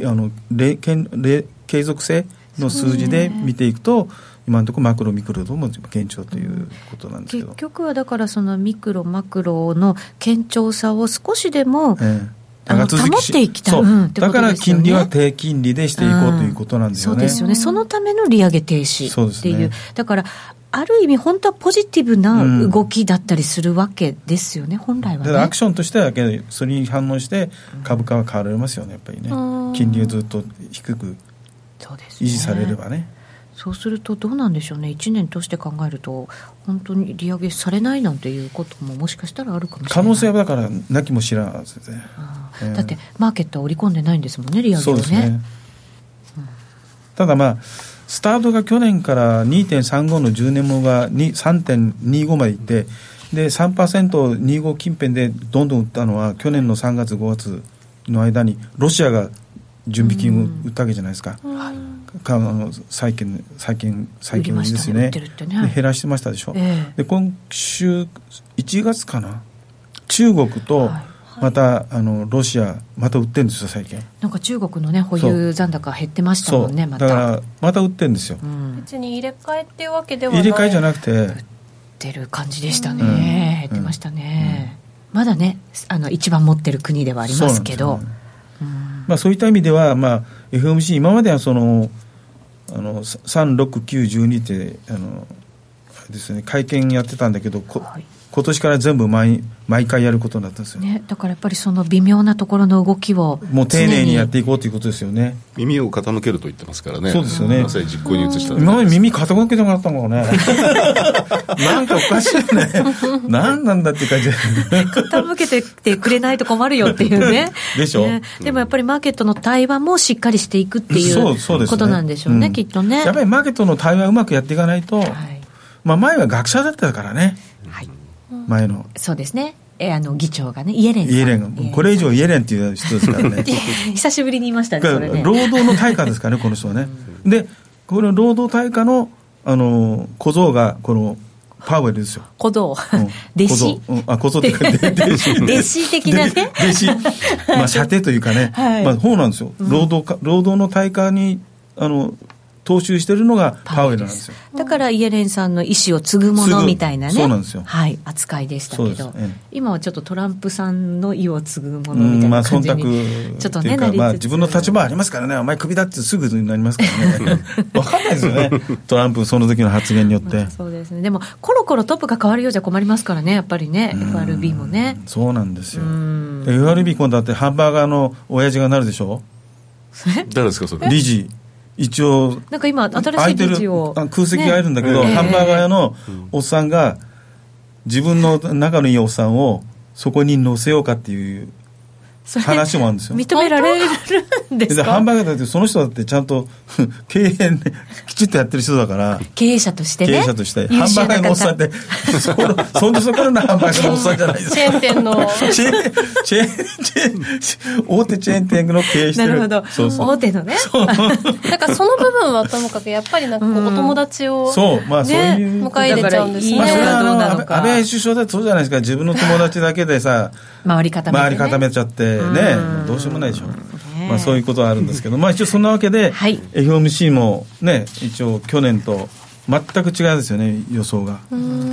あのれれ継続性の数字で見ていくと、今のところマクロミクロとも堅調ということなんですけど、 結局はだからそのミクロマクロの堅調さを少しでも、ええ、あの保っていきたい、 そう、 うん、ってことですよね。 だから金利は低金利でしていこうということなんですよね、 うん、そうですよね。そのための利上げ停止っていう、ね、だからある意味本当はポジティブな動きだったりするわけですよね、うん、本来はね。 だからアクションとしてはそれに反応して株価は変わられますよね、やっぱりね、うん、金利をずっと低く維持されればね。 そうするとどうなんでしょうね、いちねん通して考えると本当に利上げされないなんていうことももしかしたらあるかもしれない。 可能性はだからなきも知らずで、 えー、だってマーケットは織り込んでないんですもんね、利上げをね。 そうですね、うん、ただまあスタートが去年から にてんさんご のじゅうねんものが さんてんにご までいってで さんパーセントにじゅうご 近辺でどんどん売ったのは去年のさんがつごがつの間にロシアが準備金を売ったわけじゃないですか、うん、かあの債券債券債券ですよね、ね、減らしてましたでしょ、えー、で今週いちがつかな、中国とまた、はい、あのロシアまた売ってるんですよ債券。なんか中国のね保有残高減ってましたもんね。まただからまた売ってるんですよ、 うん、別に入れ替えっていうわけではない、 入れ替えじゃなくて売ってる感じでしたね、うん、減ってましたね、うん、まだねあの一番持ってる国ではありますけど、 まあ、そういった意味では、まあ、エフオーエムシー 今まではそのあのさん、ろく、きゅう、じゅうにってあのですね、会見やってたんだけど、はい、今年から全部 毎, 毎回やることになったんですよ、 ね、だからやっぱりその微妙なところの動きをもう丁寧にやっていこうということですよね。 耳を傾けると言ってますからね。 そうですよね、 まさに実行に移した。 今まで耳傾けてもらったのかねなんかおかしいよね何なんだっていう感じ傾けててくれないと困るよっていうねでしょ、ね、 でもやっぱりマーケットの対話もしっかりしていくっていう、そう、ことなんでしょうね、うん、きっとね。 やっぱりマーケットの対話をうまくやっていかないと、はい、まあ、前は学者だったからね、はい、前のそうですね、えあの議長がね、イエレンさん、 イエレン、これ以上イエレンっていう人ですからね久しぶりに言いましたね、それね。 労働の対価ですからねこの人はね、うん、でこの労働対価の、あの小僧がこのパウエルですよ。 小僧、うん、弟子、 うん、あ小僧っていうか弟子弟子的なね弟子、まあ、射程というかね、はい、まあ、そうなんですよ、労働か労働の対価にあの踏襲してるのがパウエルなんですよ。 だからイエレンさんの意思を継ぐものみたいなね、 そうなんですよ、 はい、扱いでしたけど、ええ、今はちょっとトランプさんの意を継ぐものみたいな感じに、うん、まあ、忖度ちょっとねなりつつ、 まあ、自分の立場ありますからね、お前クビだってすぐになりますからね分かんないですよねトランプその時の発言によって、まあ、 そうですね。でもコロコロトップが変わるようじゃ困りますからね、やっぱりね、 エフアールビー もね。 そうなんですよ。 エフアールビー 今度だってハンバーガーの親父がなるでしょ。 誰ですかそれ。 理事、一応なんか今新しい理事を空席があるんだけど、ね、ハンバーガー屋のおっさんが自分の仲のいいおっさんをそこに乗せようかっていう話もあるんですよ。 認められるんですか。 ハンバーガーだってその人だってちゃんと経営、ね、きちっとやってる人だから経営者としてね、 経営者としてハンバーガーのおっさんってそそんでそこらのハンバーガーのおっさんじゃないですか。 チェーン店のチェーンチェーンチェーン大手チェーン店の経営してる。 なるほど、そうそう、大手のねだからその部分はともかくやっぱりなんかこうお友達を、 うん、そう、まあそういう、 ね、迎え入れちゃうんですね。 まあ、それはあの安倍、安倍首相だってそうじゃないですか。自分の友達だけでさ周り固めて、ね、 周り固めちゃってね、どうしようもないでしょ、まあ、そういうことはあるんですけど、まあ、一応そんなわけで、はい、エフオーエムシー もね一応去年と全く違うんですよね、予想が。うーん、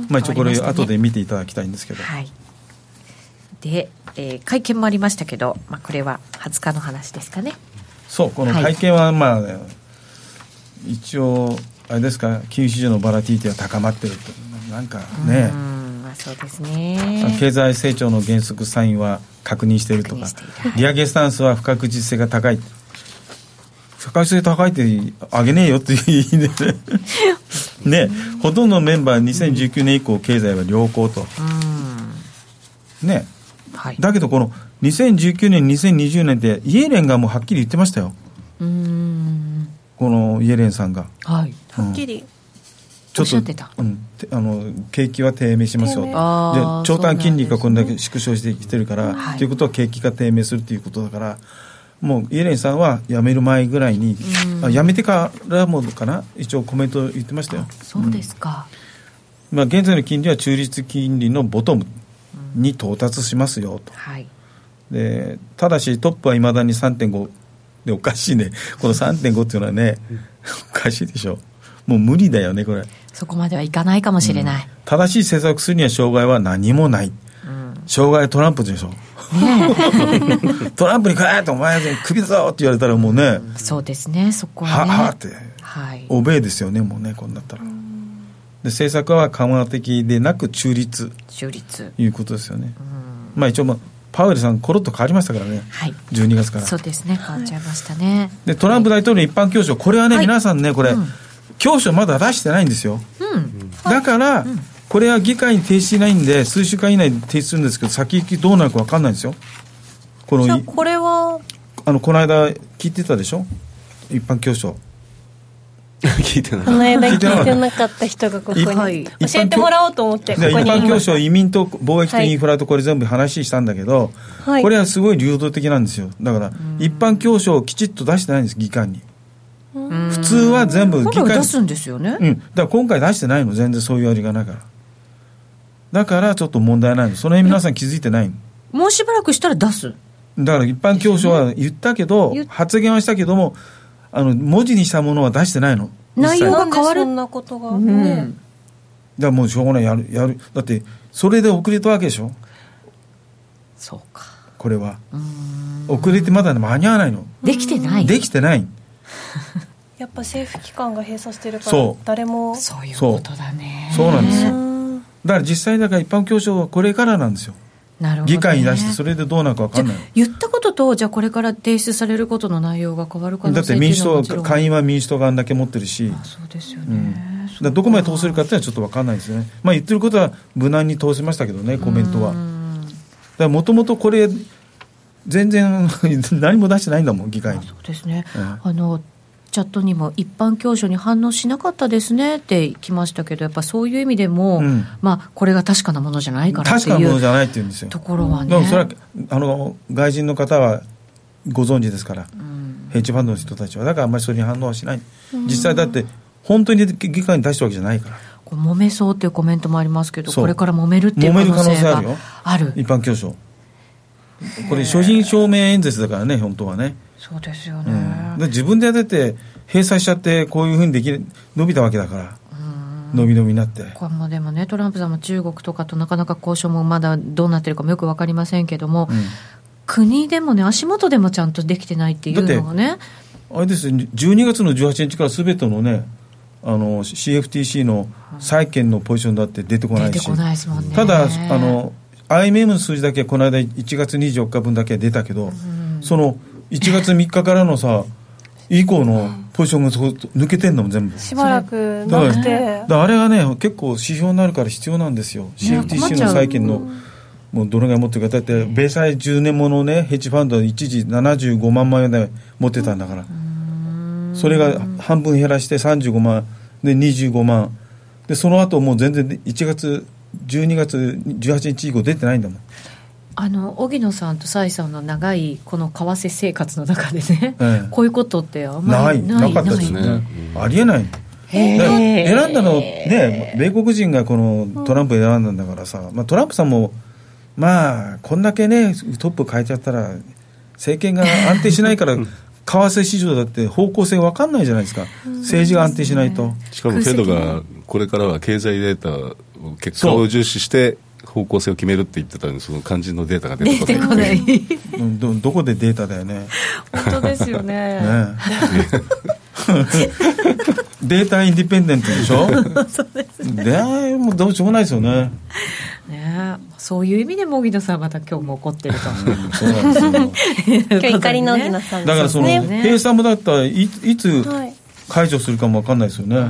まあ、一応これ後で見ていただきたいんですけど、 はい、で、えー、会見もありましたけど、まあ、これははつかの話ですかね。 そうこの会見は、まあ、はい、一応あれですか、金融市場のバラティティは高まってると、なんかね、うん、 まあ、そうですね、 経済成長の原則サインは確認しているとか、利上げスタンスは不確実性が高い、不確実性高いって上げねえよっていう意味でね、ほとんどのメンバーにせんじゅうきゅうねん以降経済は良好と、うん、ね、はい、だけどこのにせんじゅうきゅうねんにせんにじゅうねんってイエレンがもうはっきり言ってましたよ。うーん、このイエレンさんが、 はい、 うん、はっきりちょっと、うん、あの景気は低迷しますよ、で長短金利がこれだけ縮小してきてるから、ということは景気が低迷するということだから、もうイエレンさんは辞める前ぐらいに、あ辞めてからもかな、一応コメント言ってましたよ。 そうですか、 うん、まあ、現在の金利は中立金利のボトムに到達しますよと、うん、はい、でただしトップはいまだに さんてんご で、おかしいね、この さんてんご っていうのはねおかしいでしょ、もう無理だよねこれ。 そこまではいかないかもしれない、うん、 正しい政策するには障害は何もない、うん、障害はトランプでしょ、ね、トランプに変えとお前クビだぞって言われたらもうね、うん、 そうですね、そこはね、 ははって、はい、欧米ですよね、もうね、こうなったら、うん、で政策は緩和的でなく中立中立いうことですよね、うん、まあ一応、まあ、パウエルさんコロッと変わりましたからね、はい、じゅうにがつから。 そうですね、変わっちゃいましたね。 でトランプ大統領の一般教書、これはね、はい、皆さんねこれ、うん、教書まだ出してないんですよ、うん、だから、うん、これは議会に提出しないんで数週間以内に提出するんですけど、先行きどうなるか分かんないんですよ。このじゃあこれはあのこの間聞いてたでしょ、一般教書聞いてない、 この間聞いてなかった人がここに教えてもらおうと思ってここに一般教書、移民と貿易とインフラとこれ全部話したんだけど、はい、これはすごい流動的なんですよ。だから一般教書をきちっと出してないんです、議会に。普通は全部議会に出すんですよね、 うん、だから今回出してないの、全然そういうありがないから。だからちょっと問題ないの、その辺皆さん気づいてないの。 もうしばらくしたら出す。 だから一般教書は言ったけど、発言はしたけども、あの文字にしたものは出してないの。 内容が変わる。 そんなことが、ね、うん、 だからもうしょうがない、やるやる。だってそれで遅れたわけでしょ。 そうか、 これは遅れてまだ間に合わないの。 できてないできてないやっぱ政府機関が閉鎖してるから誰も。 そういうことだね。 そうなんですよ。だから実際だから一般教書はこれからなんですよ。 なるほどね、 議会に出してそれでどうなるか分かんない。 言ったこととじゃあこれから提出されることの内容が変わる可能性っていうのは。 だって民主党、下院は民主党があんだけ持ってるし。 あ、そうですよね、 うん、だからどこまで通せるかっていうのはちょっと分かんないですよね。まあ言ってることは無難に通せましたけどね、コメントは。だからもともとこれ全然何も出してないんだもん、議会に。 そうですね、うん、あのチャットにも一般教書に反応しなかったですねって来ましたけど、やっぱそういう意味でも、うん、まあ、これが確かなものじゃないからっていう確かなものじゃないって言うんですよ。 ところはね。 でもそれはあの外人の方はご存知ですから、うん、ヘッジファンドの人たちはだからあんまりそれに反応はしない、うん、実際だって本当に議会に出したわけじゃないから。 こう揉めそうっていうコメントもありますけど、これから揉めるっていう可能性がある。揉める可能性あるよ。ある。一般教書これ所信表明演説だからね、本当はね。 そうですよね、 うん、で自分でやってて閉鎖しちゃってこういうふうにできる伸びたわけだから、伸び伸びになって。 これもでもね、トランプさんも中国とかとなかなか交渉もまだどうなってるかもよく分かりませんけども、うん、国でもね、足元でもちゃんとできてないっていうのがね。 あれですよ、じゅうにがつのじゅうはちにちから全てのね、あの シーエフティーシー の債券のポジションだって出てこないし、 出てこないですもんね。 ただあの アイエムエフ の数字だけこの間いちがつにじゅうよっかぶんだけ出たけど、うん、そのいちがつみっかからのさ以降のポジションがそこ抜けてんのも全部しばらくなくて、 だからだからあれがね結構指標になるから必要なんですよ、ね、シーエフティーシー の債券のもうどのぐらい持ってるか。だって米債じゅうねんものねヘッジファンドは一時ななじゅうごまんまんえんで持ってたんだから、それが半分減らしてさんじゅうごまんでにじゅうごまんで、その後もう全然いちがつじゅうにがつじゅうはちにち以降出てないんだもん。 あの荻野さんと蔡さんの長いこの為替生活の中でね、ええ、こういうことってあんまりない、 ないなかったですね、うん、ありえない。選んだのね、米国人がこのトランプ選んだんだからさ、まあ、トランプさんもまあこんだけねトップ変えちゃったら政権が安定しないから為替市場だって方向性分かんないじゃないですか、政治が安定しないと。 しかもフェドがこれからは経済データ結果を重視して方向性を決めるって言ってたのに、その肝心のデータが出てこない。 出てこない。 ど, どこでデータだよね。 本当ですよね。 ねデータインディペンデントでしょ。 そうですね。 でもうどうしようもないですよね。 ね、そういう意味でも荻野さんまた今日も怒ってると、 うん、そうなんですよ今日怒りの荻野さんですね。 だからその閉鎖もだったら い, いつ解除するかも分かんないですよね。 うん、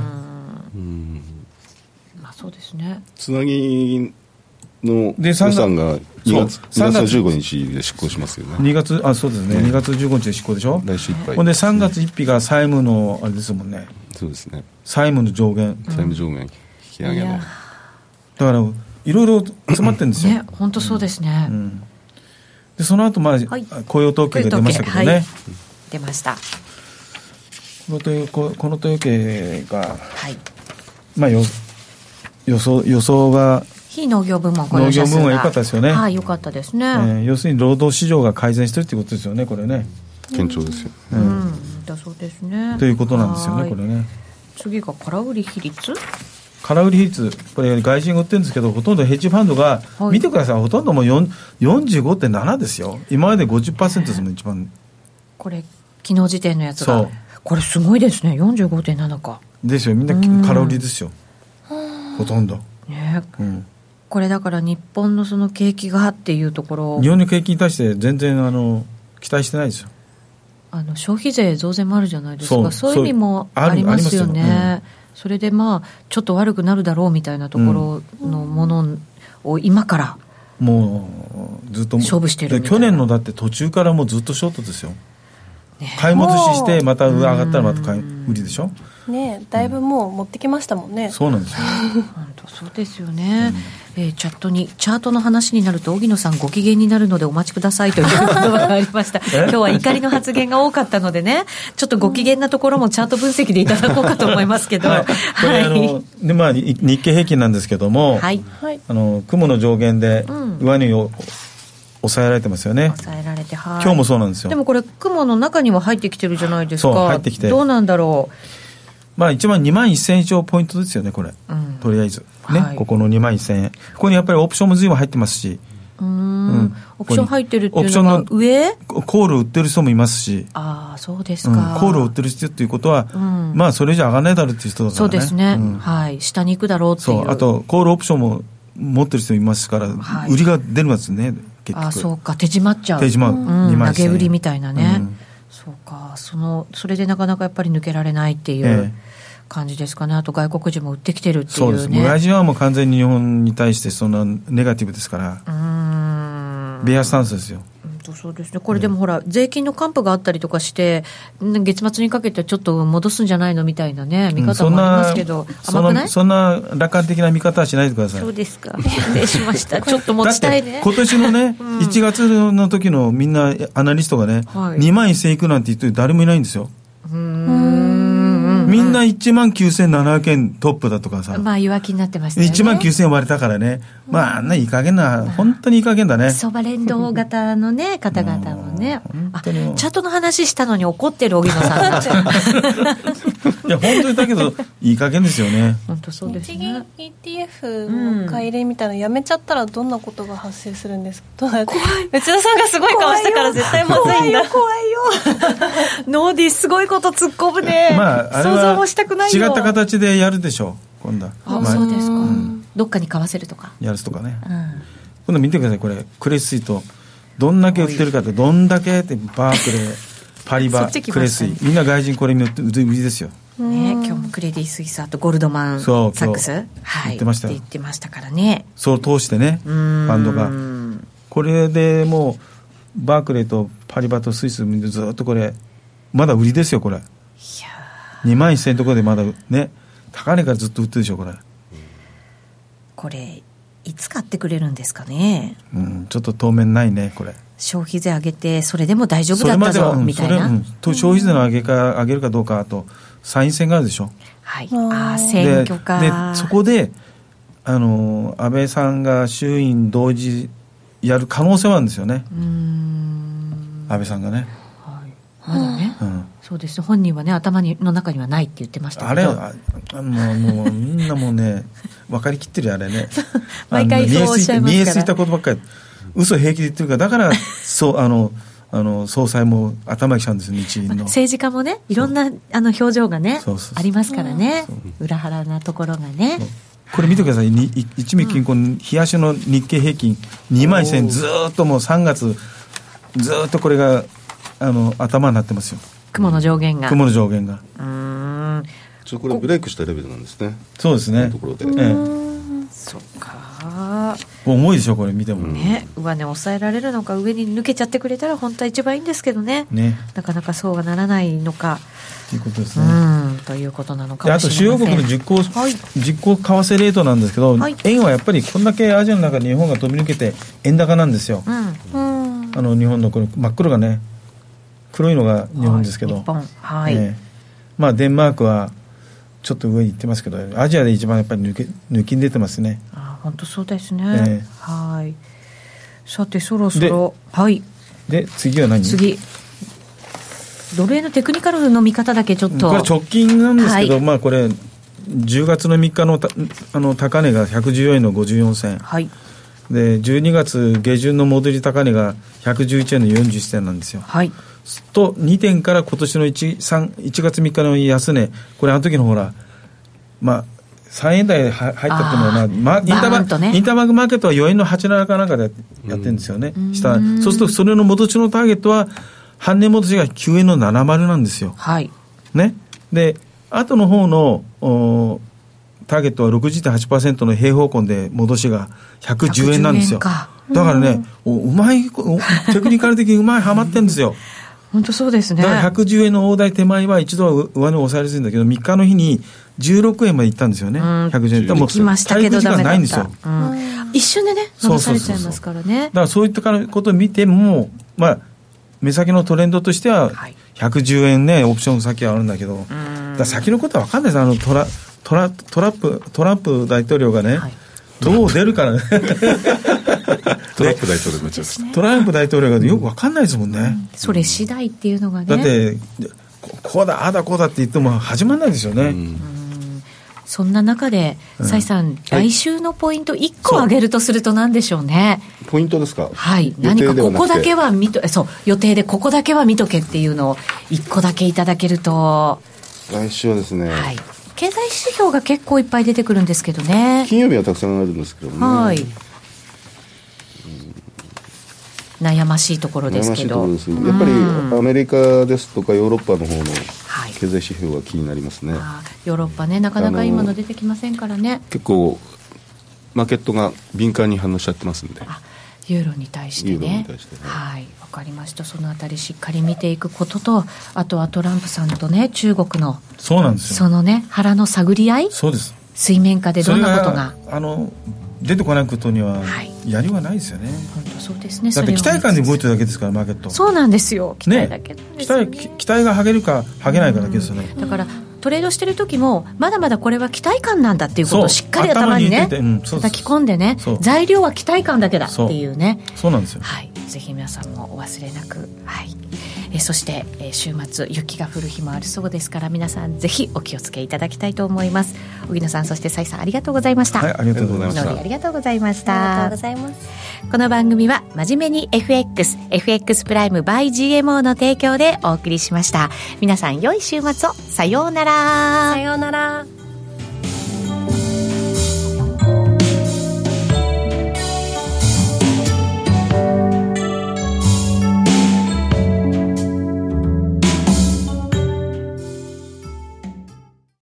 まあそうですね。 つなぎの予算がにがつのじゅうごにちで執行しますよね。 にがつ、あ、そうですね、にがつじゅうごにちで執行でしょ。 来週いっぱい。 ほんでさんがつついたちが債務のあれですもんね。 そうですね。 債務の上限、 債務上限引き上げの、だからいろいろ詰まってるんですよ。 ね、本当そうですね。 うんうん、でその後、まあ、はい、雇用統計が出ましたけどね。はい、 出ました。 この統計、この統計が、 はい、 まあ、よ予想予想が非農業部門雇用者数が農業部門は良かったですよね。 はい、良かったですね。えー、要するに労働市場が改善してるっていうことですよね、これね。 堅調ですよ。 うん、うん、だそうですね。 ということなんですよね、これね。 次が空売り比率。 空売り比率、これ外人が売ってるんですけど、ほとんどヘッジファンドが、はい、見てください、ほとんどもう よんじゅうごてんなな ですよ。今まで ごじゅっパーセント ですもん、一番。 これ昨日時点のやつが、これすごいですね。 よんじゅうごてんなな かですよ。みんな空売りですよ、ほとんど、 ね、うん、これだから日本のその景気がっていうところ、 日本の景気に対して全然あの期待してないですよ。 あの消費税増税もあるじゃないですか。そう、そういう意味もありますよね。それでまあちょっと悪くなるだろうみたいなところのものを今からもうずっと勝負してるみたいな。 去年のだって途中からもうずっとショートですよ、ね、買い戻ししてまた上上がったらまた買い売りでしょ、 ね、だいぶもう持ってきましたもんね、 うん、そうなんですよ本当そうですよね、うん、えー、チャットにチャートの話になると荻野さんご機嫌になるのでお待ちくださいという言葉がありました今日は怒りの発言が多かったのでね、ちょっとご機嫌なところもチャート分析でいただこうかと思いますけど、はい、これ、 はい、あので、まあ、日経平均なんですけども、はい、あの雲の上限で上値を、うん、抑えられてますよね。 抑えられて、はい、 今日もそうなんですよ。 でもこれ雲の中には入ってきてるじゃないですか。 そう入ってきて、 どうなんだろう。 まあ一番にまんせん以上ポイントですよねこれ、うん、とりあえずね、はい、ここのにまんせんえん、ここにやっぱりオプションも随分入ってますし、 うーん、うん、オプション入ってるっていうのは上コール売ってる人もいますし、 ああそうですか、 うん、コール売ってる人っていうことは、うん、まあそれじゃ上がらないだろうっていう人だからね。 そうですね、うん、はい、下に行くだろうっていう。 そう、あとコールオプションも持ってる人いますから、はい、売りが出るんですね結局。 あ、そうか、手締まっちゃう、 手締まう、 うん、投げ売りみたいなね、うん、そうか、そのそれでなかなかやっぱり抜けられないっていう、ええ感じですかね。あと外国人も売ってきてるっていうね。 そうです。外人はもう完全に日本に対してそんなネガティブですから、うーん、ベアスタンスですよ。 うん、そうですね。これでもほら、うん、税金の還付があったりとかして月末にかけてちょっと戻すんじゃないのみたいなね見方もありますけど、うん、 そんな甘くない？そんな楽観的な見方はしないでください。 そうですか、失礼しましたちょっと持ちたいね。 今年のね、うん、いちがつの時のみんなアナリストがね、はい、にまんせんいくなんて言って誰もいないんですよ。うーん、みんないちまんきゅうせんななひゃくえんトップだとかさ、 まあ弱気になってましたよね。 いちまんきゅうせんえん割れたからね、まああんないい加減な、本当にいい加減だね。 相場連動型のね方々もね、あ、チャートの話したのに怒ってる荻野さんがいや本当にだけどいい加減ですよね。 本当そうですね。 日銀 イーティーエフ の買い入れみたいなのやめちゃったらどんなことが発生するんですか？怖い、内田さんがすごい顔したから絶対まずいんだ。 怖いよ怖いよノーディーすごいこと突っ込むね。 まああれは想像もしたくないよ。違った形でやるでしょう今度は。 あ、まあ、そうですか、うん、どっかに買わせるとかやるとかね、うん、今度見てくださいこれクレスイとどんだけ売ってるかって、どんだけってバークレーパリバクレスイ、みんな外人これに売って売りですよね。今日もクレディ・スイス、あとゴールドマンサックス、はい、 言ってましたよ。 言ってましたからね。 そう通してね、ファンドがこれでもうバークレーとパリバとスイスずっとこれまだ売りですよこれ。いやにまんせんえんのところでまだね、高値からずっと売ってるでしょこれ。 これいつ買ってくれるんですかね、 うん、ちょっと当面ないねこれ。 消費税上げてそれでも大丈夫だったぞ、うん、みたいな、うん、 と消費税の上げか上げるかどうか、あと参院選があるでしょ、 はい、ああ選挙か。 で, でそこであの安倍さんが衆院同時やる可能性はあるんですよね。うーん、安倍さんがね、 はい、まだね、 うん、 そうです。本人はね頭にの中にはないって言ってましたけど、 あれあもうもうみんなもうね分かりきってるよあれね毎回そうおっしゃいますから、 見えすいたことばっかり嘘平気で言ってるから、だからそうあのあの総裁も頭にきちゃうんですよ、日銀の政治家もねいろんなあの表情がねそうそうそうありますからね、裏腹なところがね。 これ見てください、一味均衡、冷やしの日経平均にまんせんずっともうさんがつずっとこれがあの頭になってますよ、 雲の上限が雲の上限がうーんちょこれブレイクしたレベルなんですね。 そうですね、 ところで、 ええ、そっか重いでしょこれ見ても、 ね、上値抑えられるのか上に抜けちゃってくれたら本当は一番いいんですけど ね, ねなかなかそうはならないのかということですね。 うんということなのかもしれません。 あと主要国の実行、はい、実行為替レートなんですけど、はい、円はやっぱりこんだけアジアの中で日本が飛び抜けて円高なんですよ、うん、あの日本のこれ真っ黒がね黒いのが日本ですけど、はい日本はいえーまあ、デンマークはちょっと上に行ってますけどアジアで一番やっぱり抜け抜きに出てますね。 あ本当そうですね、えー、はい。さてそろそろで,、はい、で次は何次ドル円のテクニカルの見方だけちょっとこれ直近なんですけど、はいまあ、これじゅうがつのみっか の, あの高値がひゃくじゅうよえんのごじゅうよんせん、はい、でじゅうにがつ下旬の戻り高値がひゃくじゅういちえんのよんじゅういちせんなんですよ、はい、とにてんから今年の 1, いちがつみっかの安値、これあの時のほらまあさんえん台入ったっていうのは、まあ、インターバッ、ね、インターバックマーケットはよえんのはちじゅうななかなんかでやってるんですよね、うん、下そうするとそれの戻しのターゲットは半値戻しがきゅうえんのななじゅうなんですよ、はいね、で後の方のターゲットは ろくじゅうてんはちパーセント の平方根で戻しがひゃくじゅうえんなんですよ。かだからね、う, うまいテクニカル的にうまいはまってるんですよ本当そうですね。 だからひゃくじゅうえんの大台手前は一度は上値を抑えやすいんだけどみっかの日にじゅうろくえんまで行ったんですよね、うん、ひゃくじゅうえん行きましたけどダメだった。 ないんですよ、 うん、一瞬でね戻されちゃいますからね。そうそうそうそうだからそういったことを見てもまあ目先のトレンドとしてはひゃくじゅうえんねオプション先はあるんだけど、だから先のことは分かんないです。あのトラトラトラップトランプ大統領がね、はい、どう出るからねトランプ大統領になっちゃう。 トランプ大統領がよく分かんないですもんね、うん、 それ次第っていうのがね。 だってこうだあだこうだって言っても始まらないですよね、うんそんな中で蔡さん、うん、来週のポイントいっこ挙げるとすると何でしょうね。 ポイントですか。 はい何かここだけは見とそう予定でここだけは見とけっていうのをいっこだけいただけると。 来週はですね、はい、 経済指標が結構いっぱい出てくるんですけどね。 金曜日はたくさんあるんですけどね、はい、うん、 悩ましいところですけど、 悩ましいところです。やっぱりアメリカですとかヨーロッパの方の経済指標が気になりますね、はい、 あヨーロッパねなかなか今の出てきませんからね。 結構マーケットが敏感に反応しちゃってますんで。 あユーロに対してね。ユーロに対してね。はいわかりました。そのあたりしっかり見ていくこととあとはトランプさんとね中国のそうなんですよそのね腹の探り合い。 そうです。 水面下でどんなことがあの出てこないことにはやりはないですよね、はい、 本当そうですね。 だって期待感で動いてるだけですからマーケット。 そうなんですよ期待だけ、ねね、期待、期待がはげるかはげないかだけですよね。 だからトレードしてる時もまだまだこれは期待感なんだっていうことをしっかり頭にね叩き込んでね材料は期待感だけだっていうね。 そうなんですよ、 はい、ぜひ皆さんもお忘れなく、はいえそして、えー、週末雪が降る日もあるそうですから皆さんぜひお気をつけいただきたいと思います。荻野さんそして蔡さんありがとうございました。 はいありがとうございました。 ありがとうございました。 ありがとうございます。 この番組は真面目に エフエックス エフエックス プライム by ジーエムオー の提供でお送りしました。皆さん良い週末を。さようなら。 さようなら。